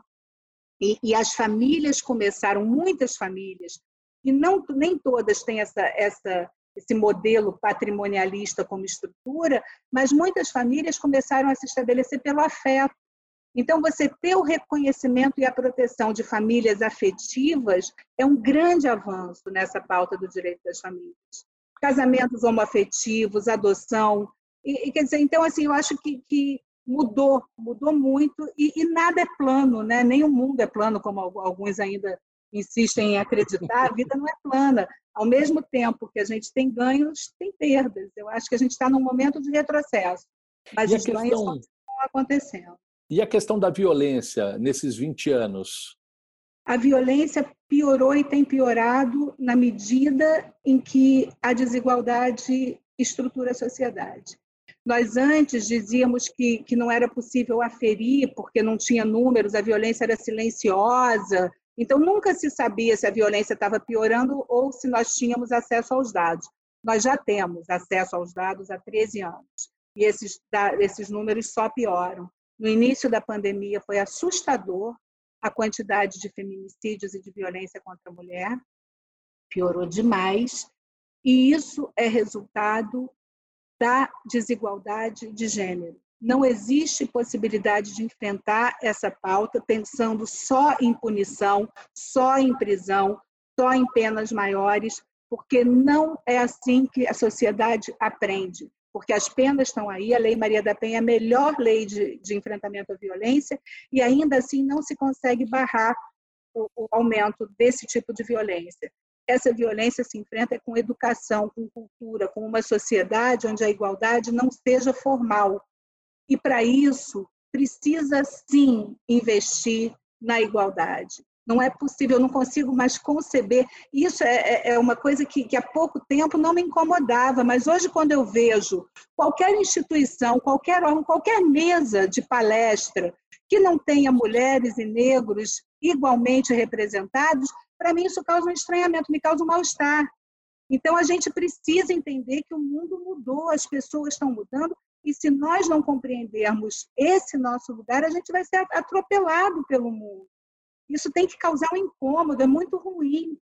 e, e as famílias começaram, muitas famílias, e não, nem todas têm essa, essa, esse modelo patrimonialista como estrutura, mas muitas famílias começaram a se estabelecer pelo afeto. Então, você ter o reconhecimento e a proteção de famílias afetivas é um grande avanço nessa pauta do direito das famílias. Casamentos homoafetivos, adoção. E, e, quer dizer, então, assim, eu acho que, que mudou, mudou muito, e, e nada é plano, né? Nem o mundo é plano, como alguns ainda insistem em acreditar. A vida não é plana. Ao mesmo tempo que a gente tem ganhos, tem perdas. Eu acho que a gente está num momento de retrocesso, mas e os questão... ganhos continuam acontecendo. E a questão da violência nesses vinte anos? A violência piorou e tem piorado na medida em que a desigualdade estrutura a sociedade. Nós antes dizíamos que, que não era possível aferir, porque não tinha números, a violência era silenciosa, então nunca se sabia se a violência estava piorando ou se nós tínhamos acesso aos dados. Nós já temos acesso aos dados há treze anos, e esses, esses números só pioram. No início da pandemia foi assustador a quantidade de feminicídios e de violência contra a mulher, piorou demais, e isso é resultado da desigualdade de gênero. Não existe possibilidade de enfrentar essa pauta pensando só em punição, só em prisão, só em penas maiores, porque não é assim que a sociedade aprende. Porque as penas estão aí, a Lei Maria da Penha é a melhor lei de, de enfrentamento à violência, e ainda assim não se consegue barrar o, o aumento desse tipo de violência. Essa violência se enfrenta com educação, com cultura, com uma sociedade onde a igualdade não seja formal. E, para isso, precisa, sim, investir na igualdade. Não é possível, eu não consigo mais conceber. Isso é, é uma coisa que, que há pouco tempo não me incomodava, mas hoje, quando eu vejo qualquer instituição, qualquer órgão, qualquer mesa de palestra que não tenha mulheres e negros igualmente representados, para mim isso causa um estranhamento, me causa um mal-estar. Então, a gente precisa entender que o mundo mudou, as pessoas estão mudando, e se nós não compreendermos esse nosso lugar, a gente vai ser atropelado pelo mundo. Isso tem que causar um incômodo, é muito ruim.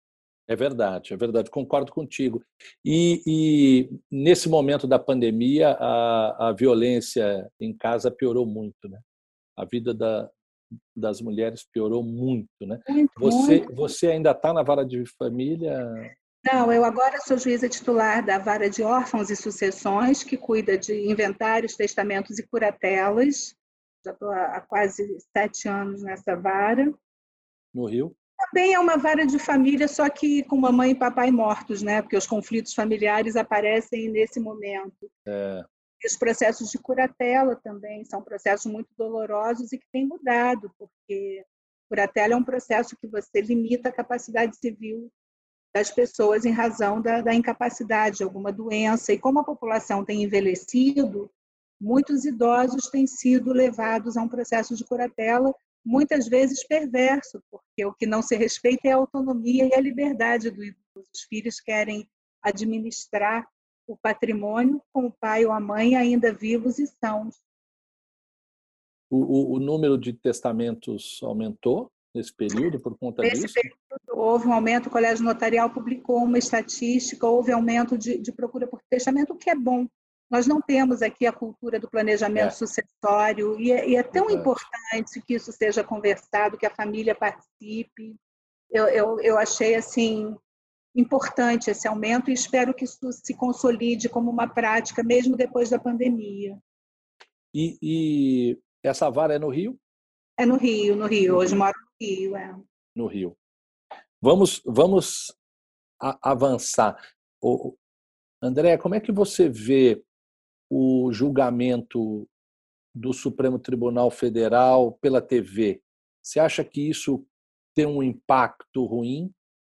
É verdade, é verdade, concordo contigo. E, e nesse momento da pandemia, a, a violência em casa piorou muito, né? A vida da, das mulheres piorou muito, né? Muito, Você, muito. você ainda está na vara de família? Não, eu agora sou juíza titular da Vara de Órfãos e Sucessões, que cuida de inventários, testamentos e curatelas. Já estou há quase sete anos nessa vara. No Rio? Também é uma vara de família, só que com mamãe e papai mortos, né? Porque os conflitos familiares aparecem nesse momento. É. E os processos de curatela também são processos muito dolorosos e que têm mudado, porque curatela é um processo que você limita a capacidade civil das pessoas em razão da, da incapacidade de alguma doença. E como a população tem envelhecido, muitos idosos têm sido levados a um processo de curatela, muitas vezes perverso, porque o que não se respeita é a autonomia e a liberdade do idoso. Os filhos querem administrar o patrimônio com o pai ou a mãe ainda vivos e sãos. O, o, o número de testamentos aumentou nesse período por conta Nesse disso? período, houve um aumento, o Colégio Notarial publicou uma estatística, houve aumento de, de procura por testamento, o que é bom. Nós não temos aqui a cultura do planejamento É. sucessório, e é, e é tão Verdade. importante que isso seja conversado, que a família participe. Eu, eu, eu achei assim importante esse aumento e espero que isso se consolide como uma prática, mesmo depois da pandemia. E, e essa vara é no Rio? É no Rio, no Rio. No Hoje Rio. moro no Rio. É. No Rio. Vamos, vamos a, avançar. O, André, como é que você vê o julgamento do Supremo Tribunal Federal pela T V? Você acha que isso tem um impacto ruim?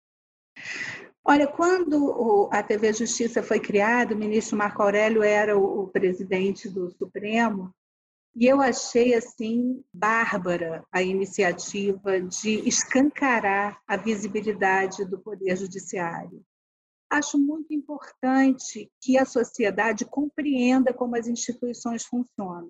Olha, quando a T V Justiça foi criada, o ministro Marco Aurélio era o presidente do Supremo, e eu achei assim bárbara a iniciativa de escancarar a visibilidade do Poder Judiciário. Acho muito importante que a sociedade compreenda como as instituições funcionam.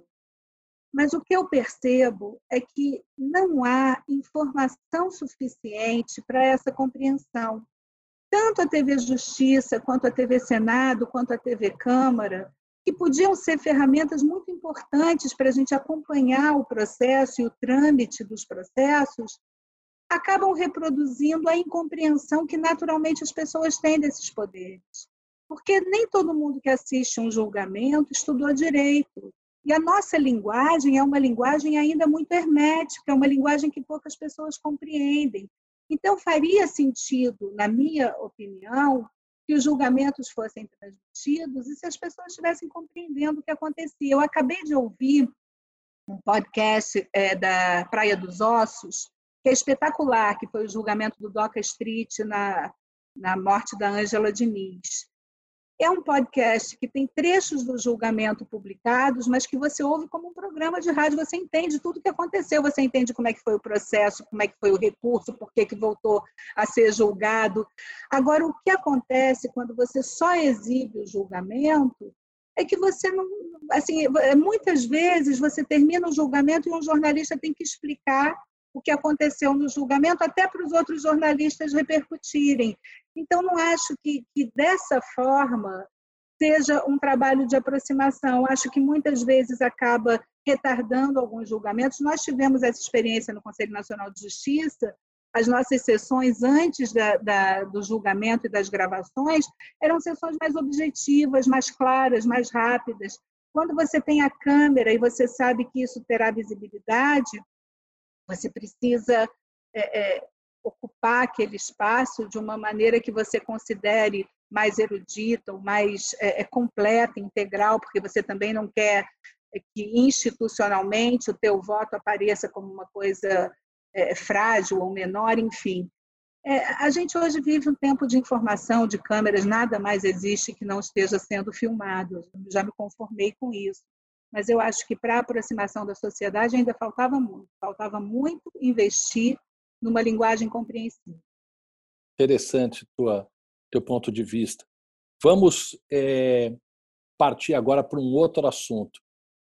Mas o que eu percebo é que não há informação suficiente para essa compreensão. Tanto a T V Justiça, quanto a T V Senado, quanto a T V Câmara, que podiam ser ferramentas muito importantes para a gente acompanhar o processo e o trâmite dos processos, acabam reproduzindo a incompreensão que naturalmente as pessoas têm desses poderes. Porque nem todo mundo que assiste um julgamento estudou direito. E a nossa linguagem é uma linguagem ainda muito hermética, é uma linguagem que poucas pessoas compreendem. Então, faria sentido, na minha opinião, que os julgamentos fossem transmitidos e se as pessoas estivessem compreendendo o que acontecia. Eu acabei de ouvir um podcast é, da Praia dos Ossos, que é espetacular, que foi o julgamento do Doca Street na, na morte da Ângela Diniz. É um podcast que tem trechos do julgamento publicados, mas que você ouve como um programa de rádio, você entende tudo o que aconteceu, você entende como é que foi o processo, como é que foi o recurso, por que que voltou a ser julgado. Agora, o que acontece quando você só exibe o julgamento é que você não... Assim, muitas vezes você termina o julgamento e um jornalista tem que explicar o que aconteceu no julgamento, até para os outros jornalistas repercutirem. Então, não acho que, que dessa forma seja um trabalho de aproximação. Acho que muitas vezes acaba retardando alguns julgamentos. Nós tivemos essa experiência no Conselho Nacional de Justiça. As nossas sessões antes da, da, do julgamento e das gravações eram sessões mais objetivas, mais claras, mais rápidas. Quando você tem a câmera e você sabe que isso terá visibilidade, você precisa é, é, ocupar aquele espaço de uma maneira que você considere mais erudita, ou mais é, completa, integral, porque você também não quer que institucionalmente o teu voto apareça como uma coisa é, frágil ou menor, enfim. É, a gente hoje vive um tempo de informação, de câmeras, nada mais existe que não esteja sendo filmado. Eu já me conformei com isso. Mas eu acho que para a aproximação da sociedade ainda faltava muito. Faltava muito investir numa linguagem compreensível. Interessante tua teu ponto de vista. Vamos é, partir agora para um outro assunto.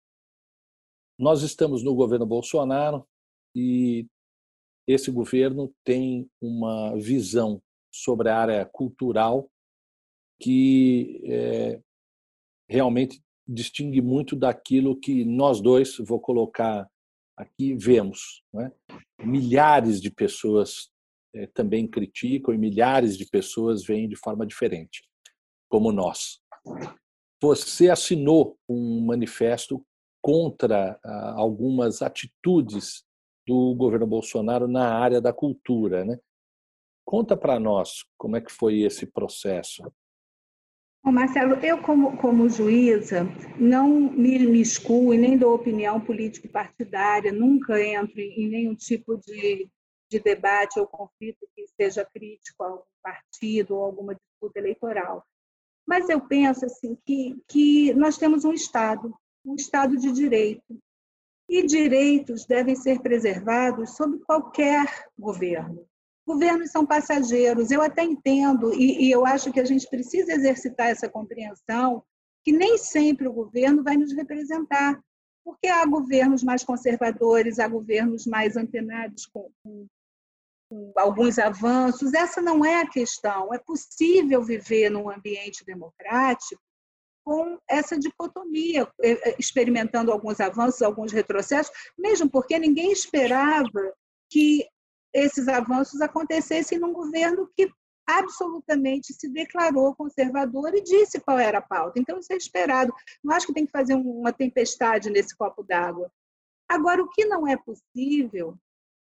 Nós estamos no governo Bolsonaro e esse governo tem uma visão sobre a área cultural que é, realmente distingue muito daquilo que nós dois, vou colocar aqui, vemos. Não é? Milhares de pessoas é, também criticam e milhares de pessoas veem de forma diferente, como nós. Você assinou um manifesto contra ah, algumas atitudes do governo Bolsonaro na área da cultura, né? Conta para nós como é que foi esse processo. Bom, Marcelo, eu como, como juíza não me imiscuo e nem dou opinião político-partidária, nunca entro em nenhum tipo de, de debate ou conflito que seja crítico a algum partido ou alguma disputa eleitoral. Mas eu penso assim, que, que nós temos um Estado, um Estado de direito, e direitos devem ser preservados sob qualquer governo. Governos são passageiros, eu até entendo, e, e eu acho que a gente precisa exercitar essa compreensão, que nem sempre o governo vai nos representar, porque há governos mais conservadores, há governos mais antenados com, com, com alguns avanços, essa não é a questão, é possível viver num ambiente democrático com essa dicotomia, experimentando alguns avanços, alguns retrocessos, mesmo porque ninguém esperava que esses avanços acontecessem num governo que absolutamente se declarou conservador e disse qual era a pauta. Então, isso é esperado. Não acho que tem que fazer uma tempestade nesse copo d'água. Agora, o que não é possível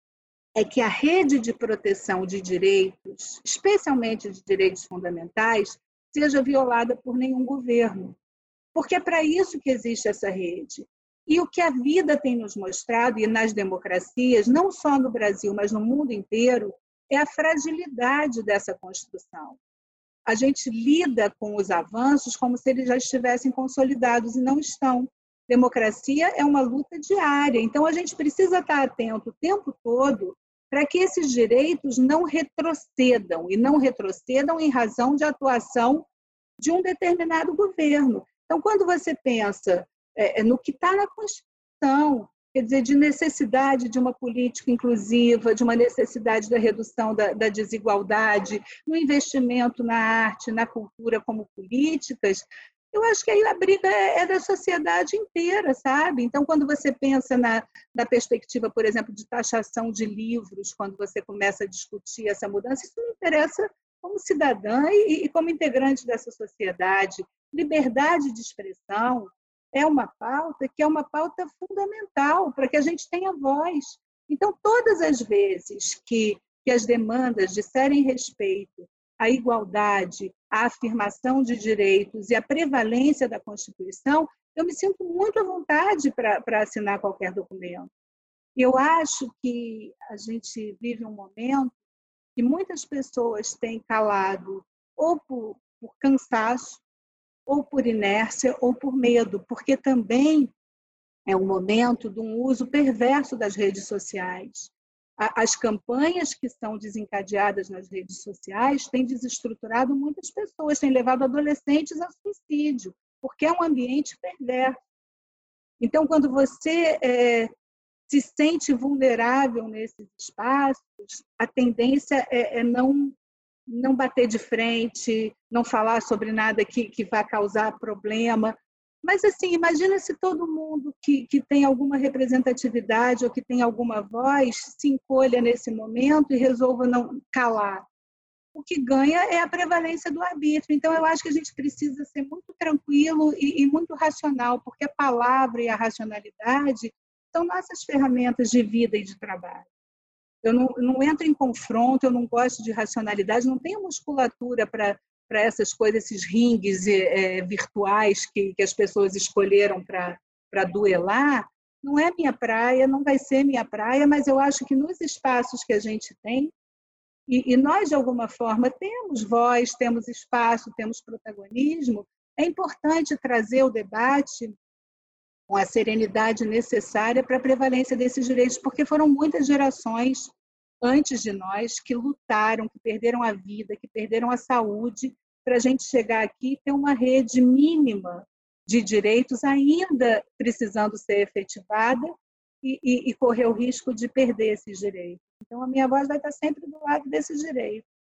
é que a rede de proteção de direitos, especialmente de direitos fundamentais, seja violada por nenhum governo. Porque é para isso que existe essa rede. E o que a vida tem nos mostrado, e nas democracias, não só no Brasil, mas no mundo inteiro, é a fragilidade dessa construção. A gente lida com os avanços como se eles já estivessem consolidados e não estão. Democracia é uma luta diária, então a gente precisa estar atento o tempo todo para que esses direitos não retrocedam, e não retrocedam em razão de atuação de um determinado governo. Então, quando você pensa é, no que está na Constituição, quer dizer, de necessidade de uma política inclusiva, de uma necessidade da redução da, da desigualdade, no investimento na arte, na cultura como políticas, eu acho que aí a briga é, é da sociedade inteira, sabe? Então, quando você pensa na, na perspectiva, por exemplo, de taxação de livros, quando você começa a discutir essa mudança, isso me interessa como cidadã e, e como integrante dessa sociedade. Liberdade de expressão é uma pauta que é uma pauta fundamental para que a gente tenha voz. Então, todas as vezes que, que as demandas disserem respeito à igualdade, à afirmação de direitos e à prevalência da Constituição, eu me sinto muito à vontade para, para assinar qualquer documento. Eu acho que a gente vive um momento que muitas pessoas têm calado ou por, por cansaço, ou por inércia, ou por medo, porque também é um momento de um uso perverso das redes sociais. As campanhas que são desencadeadas nas redes sociais têm desestruturado muitas pessoas, têm levado adolescentes a suicídio, porque é um ambiente perverso. Então, quando você é, se sente vulnerável nesses espaços, a tendência é, é não não bater de frente, não falar sobre nada que, que vá causar problema. Mas, assim, imagina se todo mundo que, que tem alguma representatividade ou que tem alguma voz se encolha nesse momento e resolva não calar. O que ganha é a prevalência do arbítrio. Então, eu acho que a gente precisa ser muito tranquilo e, e muito racional, porque a palavra e a racionalidade são nossas ferramentas de vida e de trabalho. Eu não, eu não entro em confronto, eu não gosto de racionalidade, não tenho musculatura para para essas coisas, esses ringues é, virtuais que, que as pessoas escolheram para para duelar. Não é minha praia, não vai ser minha praia, mas eu acho que nos espaços que a gente tem, e, e nós, de alguma forma, temos voz, temos espaço, temos protagonismo, é importante trazer o debate com a serenidade necessária para a prevalência desses direitos, porque foram muitas gerações antes de nós que lutaram, que perderam a vida, que perderam a saúde, para a gente chegar aqui e ter uma rede mínima de direitos ainda precisando ser efetivada e, e, e correr o risco de perder esses direitos. Então, a minha voz vai estar sempre do lado desses direitos.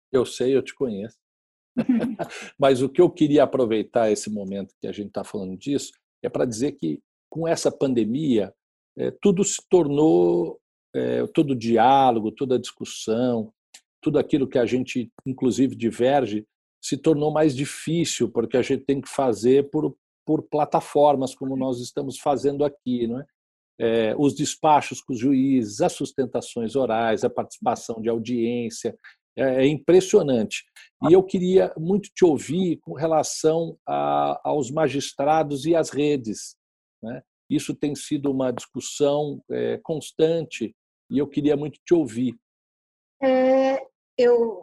Eu sei, eu te conheço. Mas o que eu queria aproveitar esse momento que a gente está falando disso é para dizer que, com essa pandemia, é, tudo se tornou, é, todo diálogo, toda discussão, tudo aquilo que a gente, inclusive, diverge, se tornou mais difícil, porque a gente tem que fazer por, por plataformas, como nós estamos fazendo aqui, não é? É, os despachos com os juízes, as sustentações orais, a participação de audiência, é, é impressionante. E eu queria muito te ouvir com relação a, aos magistrados e às redes, né? Isso tem sido uma discussão é, constante e eu queria muito te ouvir. É, eu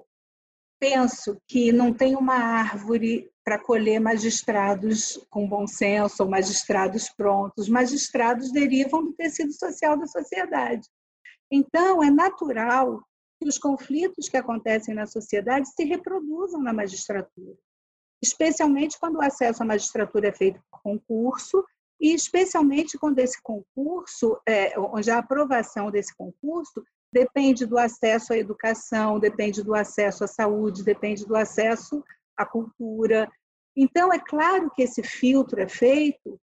penso que não tem uma árvore para colher magistrados com bom senso ou magistrados prontos. Magistrados derivam do tecido social da sociedade. Então, é natural que os conflitos que acontecem na sociedade se reproduzam na magistratura, especialmente quando o acesso à magistratura é feito por concurso e especialmente quando esse concurso, é, onde a aprovação desse concurso depende do acesso à educação, depende do acesso à saúde, depende do acesso à cultura. Então, é claro que esse filtro é feito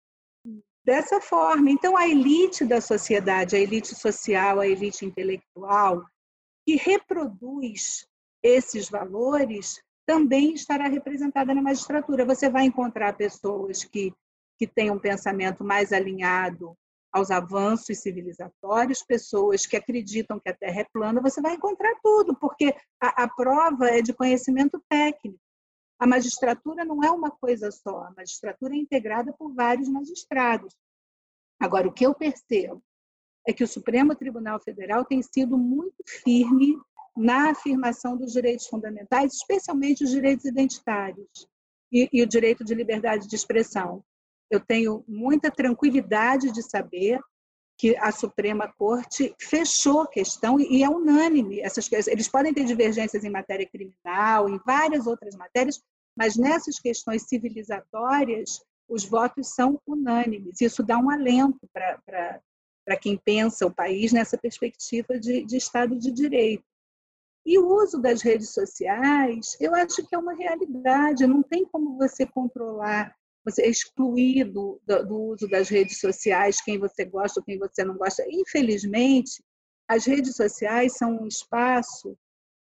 dessa forma. Então, a elite da sociedade, a elite social, a elite intelectual, que reproduz esses valores, também estará representada na magistratura. Você vai encontrar pessoas que, que têm um pensamento mais alinhado aos avanços civilizatórios, pessoas que acreditam que a Terra é plana, você vai encontrar tudo, porque a, a prova é de conhecimento técnico. A magistratura não é uma coisa só, a magistratura é integrada por vários magistrados. Agora, o que eu percebo é que o Supremo Tribunal Federal tem sido muito firme na afirmação dos direitos fundamentais, especialmente os direitos identitários e, e o direito de liberdade de expressão. Eu tenho muita tranquilidade de saber que a Suprema Corte fechou a questão e é unânime. Essas, eles podem ter divergências em matéria criminal, em várias outras matérias, mas nessas questões civilizatórias, os votos são unânimes. Isso dá um alento para para quem pensa o país nessa perspectiva de, de Estado de Direito. E o uso das redes sociais, eu acho que é uma realidade, não tem como você controlar, você excluir do, do uso das redes sociais quem você gosta ou quem você não gosta. Infelizmente, as redes sociais são um espaço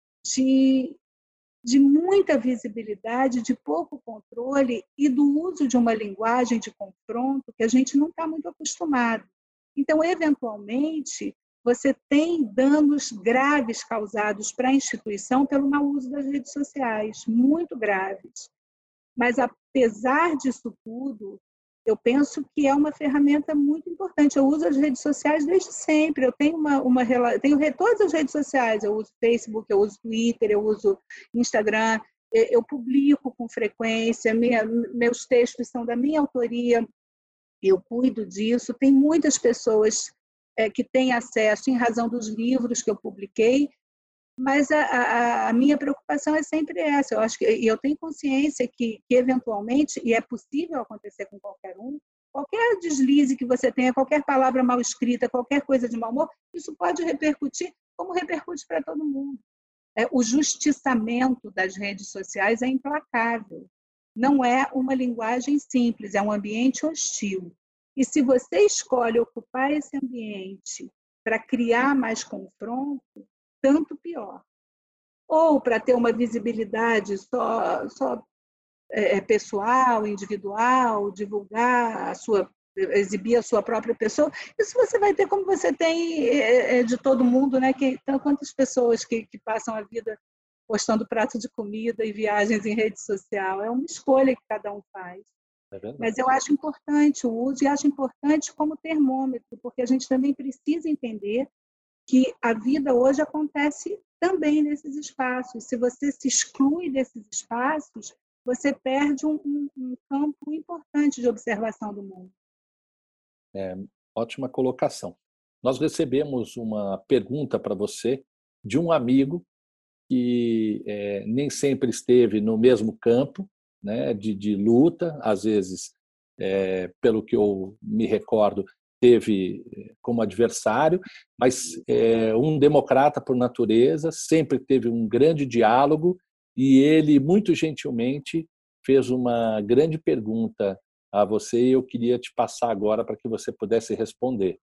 de, de muita visibilidade, de pouco controle e do uso de uma linguagem de confronto que a gente não está muito acostumado. Então, eventualmente, você tem danos graves causados para a instituição pelo mau uso das redes sociais, muito graves. Mas, apesar disso tudo, eu penso que é uma ferramenta muito importante. Eu uso as redes sociais desde sempre. Eu tenho uma, uma eu tenho todas as redes sociais. Eu uso Facebook, eu uso Twitter, eu uso Instagram. Eu publico com frequência. Minha, meus textos são da minha autoria. Eu cuido disso. Tem muitas pessoas é, que têm acesso em razão dos livros que eu publiquei, mas a, a, a minha preocupação é sempre essa. Eu acho que, e eu tenho consciência que, que, eventualmente, e é possível acontecer com qualquer um, qualquer deslize que você tenha, qualquer palavra mal escrita, qualquer coisa de mau humor, isso pode repercutir como repercute para todo mundo. É, o justiçamento das redes sociais é implacável. Não é uma linguagem simples, é um ambiente hostil. E se você escolhe ocupar esse ambiente para criar mais confronto, tanto pior. Ou para ter uma visibilidade só, só é, pessoal, individual, divulgar a sua, exibir a sua própria pessoa, isso você vai ter como você tem é, de todo mundo, né? Que, então, quantas pessoas que, que passam a vida postando prato de comida e viagens em rede social. É uma escolha que cada um faz. É verdade. Mas eu acho importante o uso e acho importante como termômetro, porque a gente também precisa entender que a vida hoje acontece também nesses espaços. Se você se exclui desses espaços, você perde um, um, um campo importante de observação do mundo. É, ótima colocação. Nós recebemos uma pergunta para você de um amigo que é, nem sempre esteve no mesmo campo, né, de, de luta, às vezes, é, pelo que eu me recordo, teve como adversário, mas é, um democrata por natureza, sempre teve um grande diálogo e ele, muito gentilmente, fez uma grande pergunta a você e eu queria te passar agora para que você pudesse responder.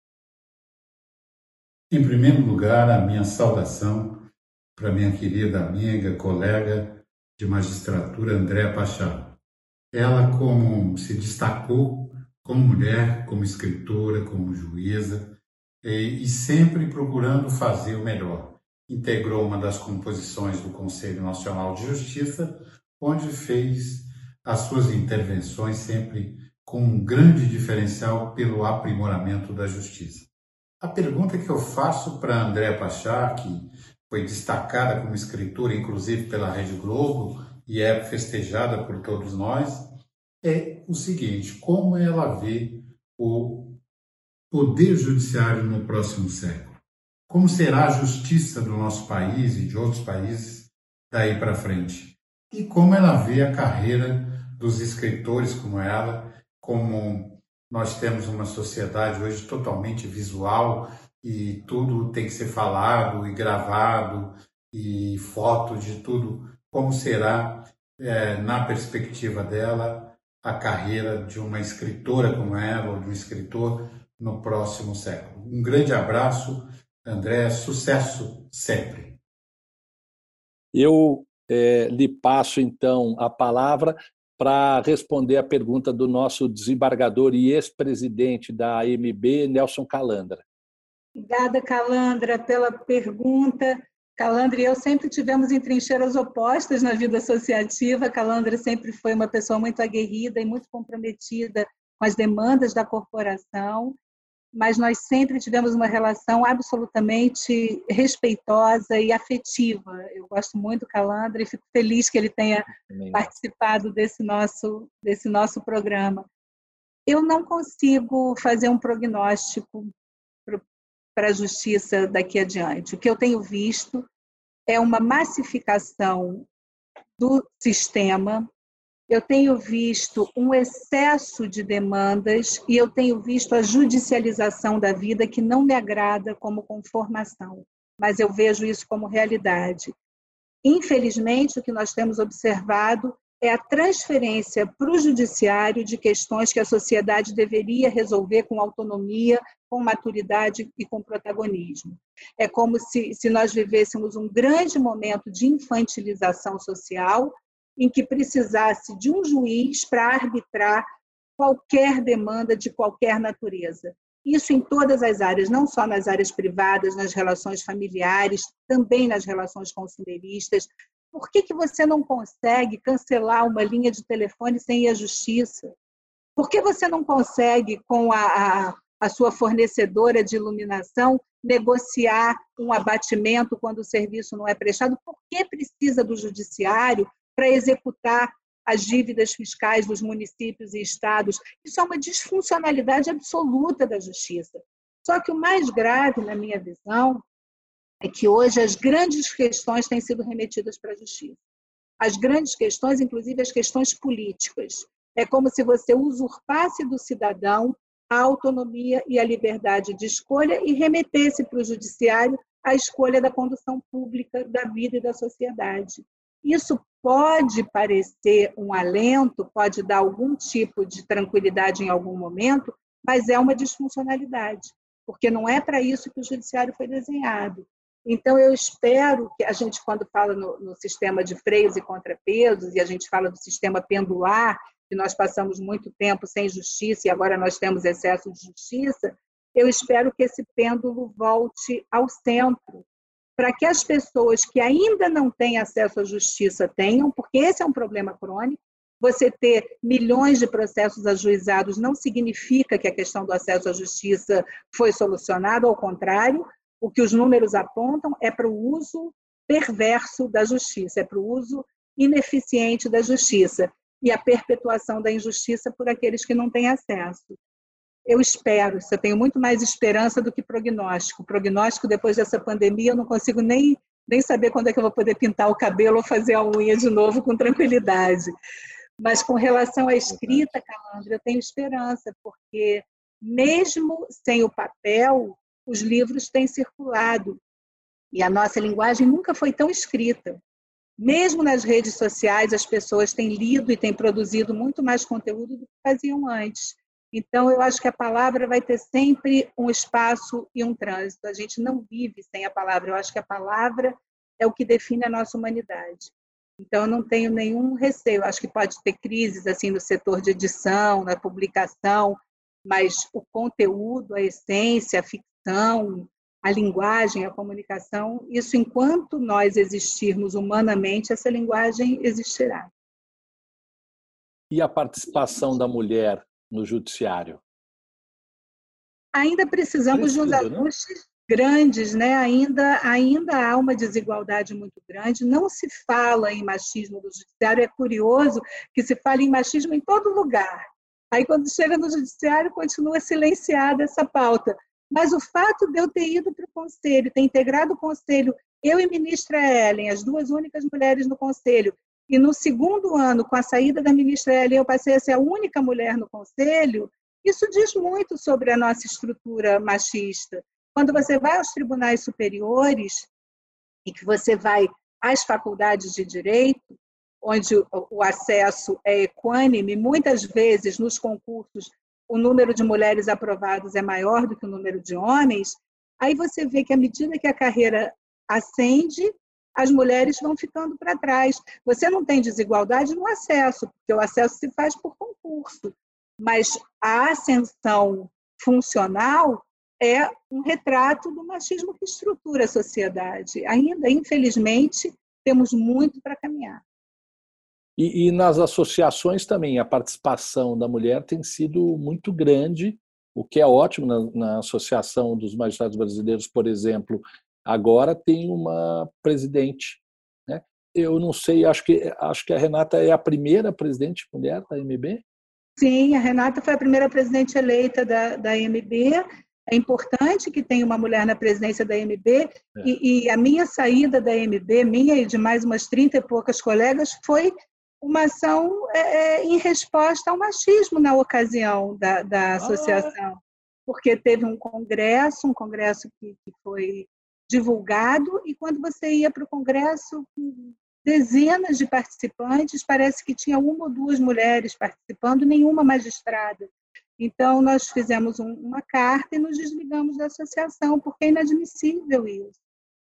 Em primeiro lugar, a minha saudação para minha querida amiga, colega de magistratura, Andréa Pachá. Ela, como se destacou como mulher, como escritora, como juíza, e sempre procurando fazer o melhor. Integrou uma das composições do Conselho Nacional de Justiça, onde fez as suas intervenções sempre com um grande diferencial pelo aprimoramento da justiça. A pergunta que eu faço para Andréa Pachá, que foi destacada como escritora, inclusive pela Rede Globo, e é festejada por todos nós, é o seguinte: como ela vê o poder judiciário no próximo século? Como será a justiça do nosso país e de outros países daí para frente? E como ela vê a carreira dos escritores como ela, como nós temos uma sociedade hoje totalmente visual e tudo tem que ser falado e gravado e foto de tudo, como será, é, na perspectiva dela, a carreira de uma escritora como ela ou de um escritor no próximo século. Um grande abraço, André, sucesso sempre. Eu é, lhe passo, então, a palavra para responder a pergunta do nosso desembargador e ex-presidente da A M B, Nelson Calandra. Obrigada, Calandra, pela pergunta. Calandra e eu sempre tivemos em trincheiras opostas na vida associativa. Calandra sempre foi uma pessoa muito aguerrida e muito comprometida com as demandas da corporação, mas nós sempre tivemos uma relação absolutamente respeitosa e afetiva. Eu gosto muito do Calandra e fico feliz que ele tenha Amém. participado desse nosso, desse nosso programa. Eu não consigo fazer um prognóstico para a justiça daqui adiante. O que eu tenho visto é uma massificação do sistema, eu tenho visto um excesso de demandas e eu tenho visto a judicialização da vida que não me agrada como conformação, mas eu vejo isso como realidade. Infelizmente, o que nós temos observado é a transferência para o judiciário de questões que a sociedade deveria resolver com autonomia, com maturidade e com protagonismo. É como se, se nós vivêssemos um grande momento de infantilização social, em que precisasse de um juiz para arbitrar qualquer demanda de qualquer natureza. Isso em todas as áreas, não só nas áreas privadas, nas relações familiares, também nas relações consumeristas. Por que que você não consegue cancelar uma linha de telefone sem ir à justiça? Por que você não consegue, com a, a, a sua fornecedora de iluminação, negociar um abatimento quando o serviço não é prestado? Por que precisa do judiciário para executar as dívidas fiscais dos municípios e estados? Isso é uma disfuncionalidade absoluta da justiça. Só que o mais grave, na minha visão, é que hoje as grandes questões têm sido remetidas para a justiça. As grandes questões, inclusive as questões políticas. É como se você usurpasse do cidadão a autonomia e a liberdade de escolha e remetesse para o judiciário a escolha da condução pública da vida e da sociedade. Isso pode parecer um alento, pode dar algum tipo de tranquilidade em algum momento, mas é uma disfuncionalidade, porque não é para isso que o judiciário foi desenhado. Então, eu espero que a gente, quando fala no, no sistema de freios e contrapesos, e a gente fala do sistema pendular, que nós passamos muito tempo sem justiça e agora nós temos excesso de justiça, eu espero que esse pêndulo volte ao centro, para que as pessoas que ainda não têm acesso à justiça tenham, porque esse é um problema crônico. Você ter milhões de processos ajuizados não significa que a questão do acesso à justiça foi solucionada, ao contrário, o que os números apontam é para o uso perverso da justiça, é para o uso ineficiente da justiça e a perpetuação da injustiça por aqueles que não têm acesso. Eu espero, eu tenho muito mais esperança do que prognóstico. Prognóstico, depois dessa pandemia, eu não consigo nem, nem saber quando é que eu vou poder pintar o cabelo ou fazer a unha de novo com tranquilidade. Mas com relação à escrita, Calandra, eu tenho esperança, porque mesmo sem o papel, os livros têm circulado. E a nossa linguagem nunca foi tão escrita. Mesmo nas redes sociais, as pessoas têm lido e têm produzido muito mais conteúdo do que faziam antes. Então, eu acho que a palavra vai ter sempre um espaço e um trânsito. A gente não vive sem a palavra. Eu acho que a palavra é o que define a nossa humanidade. Então, eu não tenho nenhum receio. Eu acho que pode ter crises assim, no setor de edição, na publicação, mas o conteúdo, a essência, a ficção, a linguagem, a comunicação, isso enquanto nós existirmos humanamente, essa linguagem existirá. E a participação da mulher no judiciário? Ainda precisamos Precisa, de uns ajustes, né? Grandes, né? Ainda, ainda há uma desigualdade muito grande, não se fala em machismo no judiciário, é curioso que se fala em machismo em todo lugar. Aí quando chega no judiciário continua silenciada essa pauta. Mas o fato de eu ter ido para o conselho, ter integrado o conselho, eu e a ministra Ellen, as duas únicas mulheres no conselho, e no segundo ano, com a saída da ministra Ellen, eu passei a ser a única mulher no conselho, isso diz muito sobre a nossa estrutura machista. Quando você vai aos tribunais superiores e que você vai às faculdades de direito, onde o acesso é equânime, muitas vezes nos concursos o número de mulheres aprovadas é maior do que o número de homens, aí você vê que à medida que a carreira ascende, as mulheres vão ficando para trás. Você não tem desigualdade no acesso, porque o acesso se faz por concurso, mas a ascensão funcional é um retrato do machismo que estrutura a sociedade. Ainda, infelizmente, temos muito para caminhar. E, e nas associações também, a participação da mulher tem sido muito grande, o que é ótimo. Na, na Associação dos Magistrados Brasileiros, por exemplo, agora tem uma presidente, né? Eu não sei, acho que, acho que a Renata é a primeira presidente mulher da A M B? Sim, a Renata foi a primeira presidente eleita da, da A M B. É importante que tenha uma mulher na presidência da A M B, é. e, e a minha saída da A M B, minha e de mais umas trinta e poucas colegas, foi uma ação é, em resposta ao machismo na ocasião da, da associação, ah. porque teve um congresso, um congresso que, que foi divulgado, e quando você ia para o congresso, dezenas de participantes, parece que tinha uma ou duas mulheres participando, nenhuma magistrada. Então, nós fizemos um, uma carta e nos desligamos da associação, porque é inadmissível isso.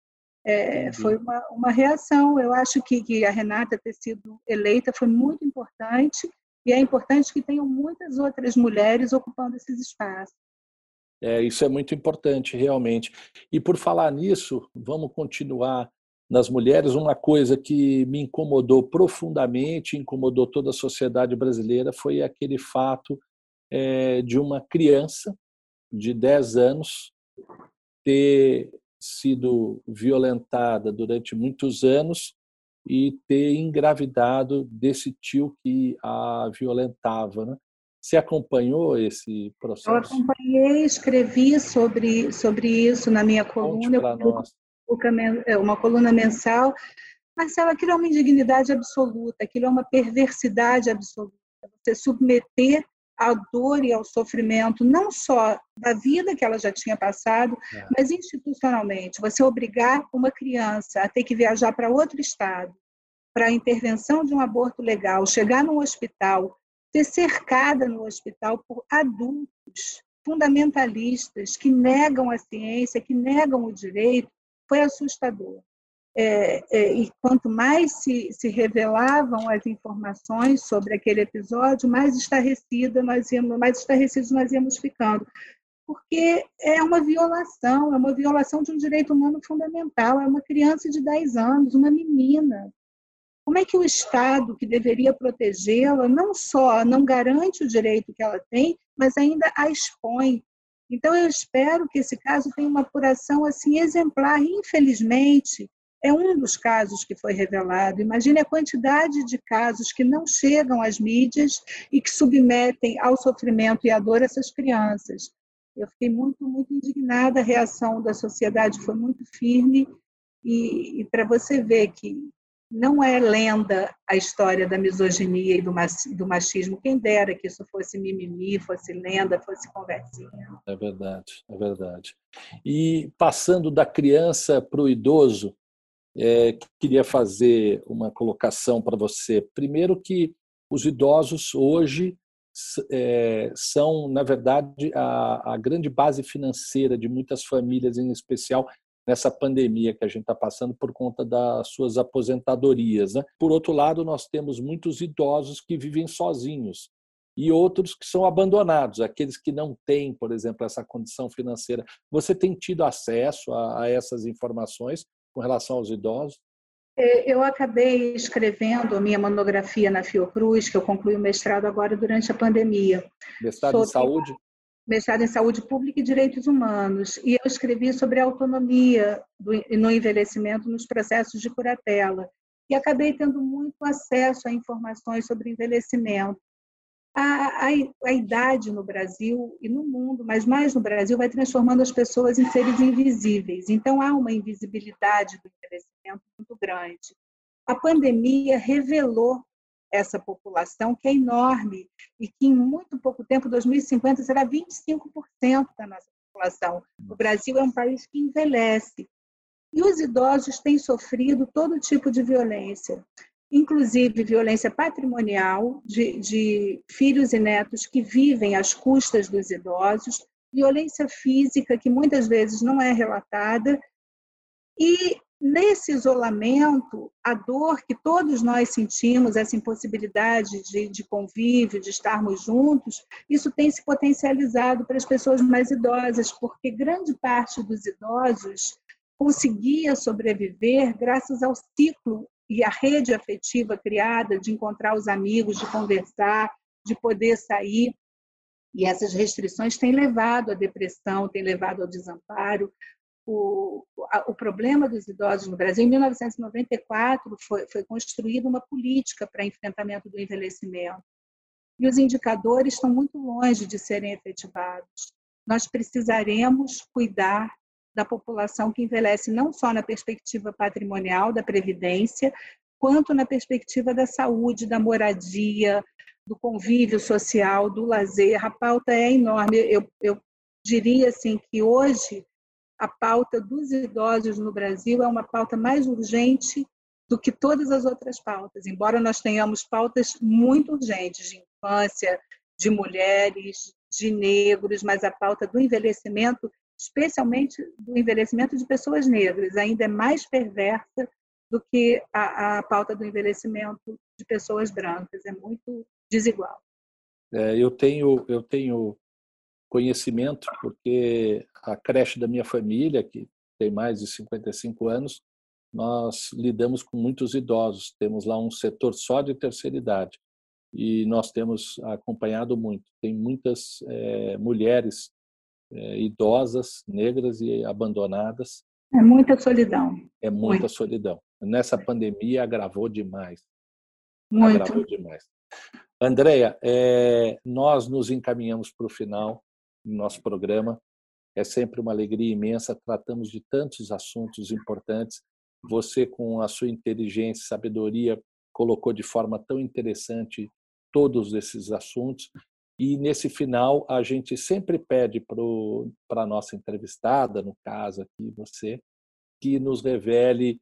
É, foi uma, uma reação. Eu acho que, que a Renata ter sido eleita foi muito importante, e é importante que tenham muitas outras mulheres ocupando esses espaços. É, isso é muito importante, realmente. E por falar nisso, vamos continuar nas mulheres. Uma coisa que me incomodou profundamente, incomodou toda a sociedade brasileira, foi aquele fato é, de uma criança de dez anos ter sido violentada durante muitos anos e ter engravidado desse tio que a violentava, né? Você acompanhou esse processo? Eu acompanhei, escrevi sobre, sobre isso na minha coluna, nós. uma coluna mensal. Marcelo, aquilo é uma indignidade absoluta, aquilo é uma perversidade absoluta. Você submeter à dor e ao sofrimento, não só da vida que ela já tinha passado, é. mas institucionalmente. Você obrigar uma criança a ter que viajar para outro estado, para a intervenção de um aborto legal, chegar num hospital, ser cercada no hospital por adultos fundamentalistas que negam a ciência, que negam o direito, foi assustador. É, é, e quanto mais se, se revelavam as informações sobre aquele episódio, mais estarrecida nós íamos, mais estarrecidos nós íamos ficando, porque é uma violação, é uma violação de um direito humano fundamental, é uma criança de dez anos, uma menina. Como é que o Estado, que deveria protegê-la, não só não garante o direito que ela tem, mas ainda a expõe? Então, eu espero que esse caso tenha uma apuração assim, exemplar. Infelizmente, é um dos casos que foi revelado. Imagine a quantidade de casos que não chegam às mídias e que submetem ao sofrimento e à dor essas crianças. Eu fiquei muito, muito indignada, a reação da sociedade foi muito firme, e, e para você ver que não é lenda a história da misoginia e do machismo. Quem dera que isso fosse mimimi, fosse lenda, fosse conversinha. É verdade, é verdade. E passando da criança para o idoso, é, queria fazer uma colocação para você. Primeiro que os idosos hoje é, são, na verdade, a, a grande base financeira de muitas famílias, em especial nessa pandemia que a gente está passando por conta das suas aposentadorias, né? Por outro lado, nós temos muitos idosos que vivem sozinhos e outros que são abandonados, aqueles que não têm, por exemplo, essa condição financeira. Você tem tido acesso a, a essas informações com relação aos idosos? Eu acabei escrevendo a minha monografia na Fiocruz, que eu concluí o mestrado agora durante a pandemia. Mestrado sobre... em saúde? Mestrado em Saúde Pública e Direitos Humanos. E eu escrevi sobre a autonomia do, no envelhecimento nos processos de curatela. E acabei tendo muito acesso a informações sobre envelhecimento. A, a, a idade no Brasil e no mundo, mas mais no Brasil, vai transformando as pessoas em seres invisíveis. Então, há uma invisibilidade do envelhecimento muito grande. A pandemia revelou essa população, que é enorme, e que em muito pouco tempo, dois mil e cinquenta, será vinte e cinco por cento da nossa população. O Brasil é um país que envelhece. E os idosos têm sofrido todo tipo de violência, inclusive violência patrimonial, de, de filhos e netos que vivem às custas dos idosos, violência física, que muitas vezes não é relatada, e nesse isolamento, a dor que todos nós sentimos, essa impossibilidade de, de convívio, de estarmos juntos, isso tem se potencializado para as pessoas mais idosas, porque grande parte dos idosos conseguia sobreviver graças ao ciclo e à rede afetiva criada de encontrar os amigos, de conversar, de poder sair. E essas restrições têm levado à depressão, têm levado ao desamparo. O, o problema dos idosos no Brasil, em mil novecentos e noventa e quatro, foi, foi construída uma política para enfrentamento do envelhecimento. E os indicadores estão muito longe de serem efetivados. Nós precisaremos cuidar da população que envelhece não só na perspectiva patrimonial, da previdência, quanto na perspectiva da saúde, da moradia, do convívio social, do lazer. A pauta é enorme. Eu, eu diria assim, que hoje a pauta dos idosos no Brasil é uma pauta mais urgente do que todas as outras pautas, embora nós tenhamos pautas muito urgentes de infância, de mulheres, de negros, mas a pauta do envelhecimento, especialmente do envelhecimento de pessoas negras, ainda é mais perversa do que a, a pauta do envelhecimento de pessoas brancas, é muito desigual. É, eu tenho, eu tenho conhecimento, porque a creche da minha família, que tem mais de cinquenta e cinco anos, nós lidamos com muitos idosos, temos lá um setor só de terceira idade, e nós temos acompanhado muito. Tem muitas é, mulheres é, idosas, negras e abandonadas. É muita solidão. É muita muito. solidão. Nessa pandemia agravou demais. Muito. Agravou demais. Andréia, é, nós nos encaminhamos para o final do nosso programa. É sempre uma alegria imensa. Tratamos de tantos assuntos importantes. Você, com a sua inteligência e sabedoria, colocou de forma tão interessante todos esses assuntos. E, nesse final, a gente sempre pede para a nossa entrevistada, no caso aqui, você, que nos revele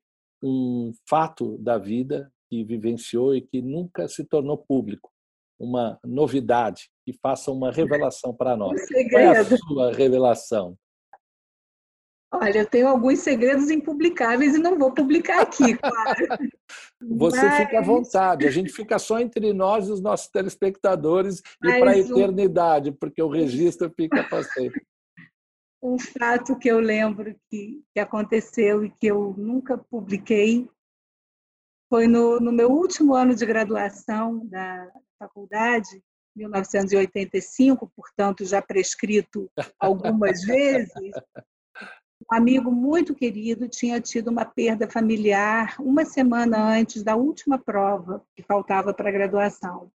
um fato da vida que vivenciou e que nunca se tornou público, uma novidade, que faça uma revelação para nós. Qual é a sua revelação? Olha, eu tenho alguns segredos impublicáveis e não vou publicar aqui, claro. Você Mas... fica à vontade, a gente fica só entre nós e os nossos telespectadores Mas e para a eternidade, um... porque o registro fica para sempre. Um fato que eu lembro que, que aconteceu e que eu nunca publiquei foi no, no meu último ano de graduação da faculdade, mil novecentos e oitenta e cinco, portanto já prescrito algumas vezes. Um amigo muito querido tinha tido uma perda familiar uma semana antes da última prova que faltava para a graduação.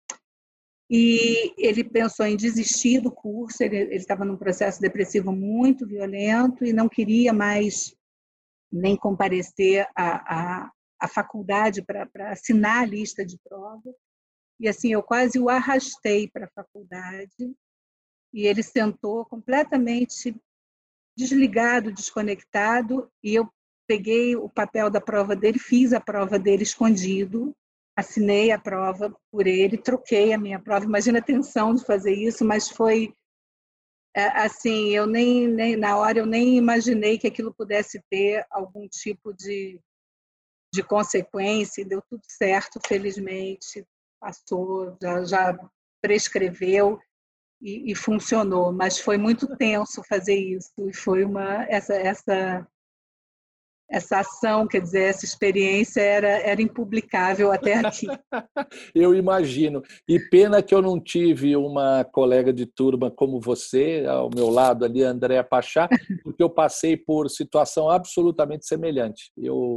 E ele pensou em desistir do curso, ele, ele estava num processo depressivo muito violento e não queria mais nem comparecer à, à, a faculdade para assinar a lista de prova. E assim, eu quase o arrastei para a faculdade e ele sentou completamente desligado, desconectado, e eu peguei o papel da prova dele, fiz a prova dele escondido, assinei a prova por ele, troquei a minha prova. Imagina a tensão de fazer isso, mas foi assim, eu nem, nem na hora eu nem imaginei que aquilo pudesse ter algum tipo de, de consequência. Deu tudo certo, felizmente, passou, já, já prescreveu e, e funcionou, mas foi muito tenso fazer isso, e foi uma essa essa essa ação, quer dizer, essa experiência era, era impublicável até aqui. Eu imagino. E pena que eu não tive uma colega de turma como você, ao meu lado ali, a Andréa Pachá, porque eu passei por situação absolutamente semelhante. Eu,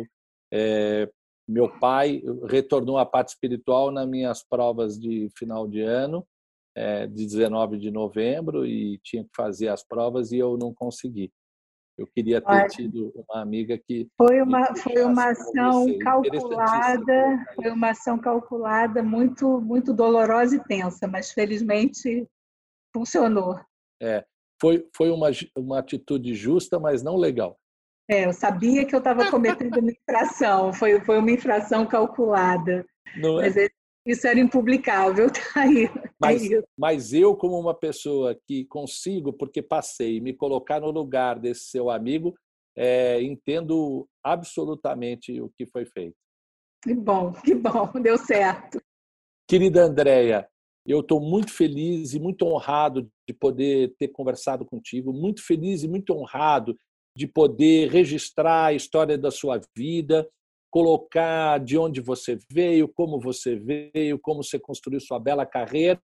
é, meu pai retornou à parte espiritual nas minhas provas de final de ano, é, de dezenove de novembro, e tinha que fazer as provas e eu não consegui. Eu queria ter Olha, tido uma amiga que... Foi uma, foi uma ação calculada, foi uma ação calculada, muito, muito dolorosa e tensa, mas felizmente funcionou. É, foi, foi uma, uma atitude justa, mas não legal. É, eu sabia que eu estava cometendo uma infração, foi, foi uma infração calculada. Não é? Mas isso era impublicável, tá aí. Mas, é mas eu, como uma pessoa que consigo, porque passei, me colocar no lugar desse seu amigo, é, entendo absolutamente o que foi feito. Que bom, que bom, deu certo. Querida Andréia, eu estou muito feliz e muito honrado de poder ter conversado contigo, muito feliz e muito honrado de poder registrar a história da sua vida, colocar de onde você veio, como você veio, como você construiu sua bela carreira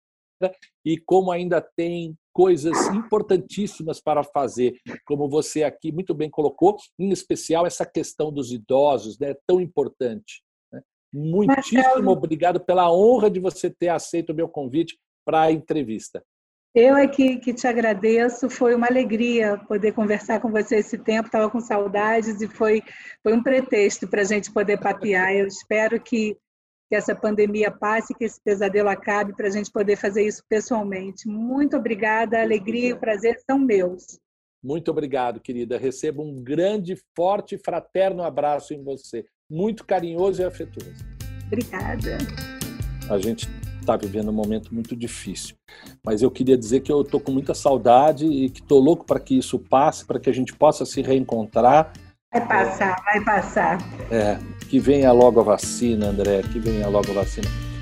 e como ainda tem coisas importantíssimas para fazer, como você aqui muito bem colocou, em especial essa questão dos idosos, né, tão importante. Né? Muitíssimo Marcelo, obrigado pela honra de você ter aceito o meu convite para a entrevista. Eu é que, que te agradeço, foi uma alegria poder conversar com você esse tempo, estava com saudades e foi, foi um pretexto para a gente poder papear. Eu espero que, que essa pandemia passe, que esse pesadelo acabe, para a gente poder fazer isso pessoalmente. Muito obrigada, a alegria e o prazer são meus. Muito obrigado, querida. Receba um grande, forte e fraterno abraço em você, muito carinhoso e afetuoso. Obrigada. A gente está vivendo um momento muito difícil, mas eu queria dizer que eu estou com muita saudade e que estou louco para que isso passe, para que a gente possa se reencontrar. Vai passar, é, vai passar. É, que venha logo a vacina, André, que venha logo a vacina.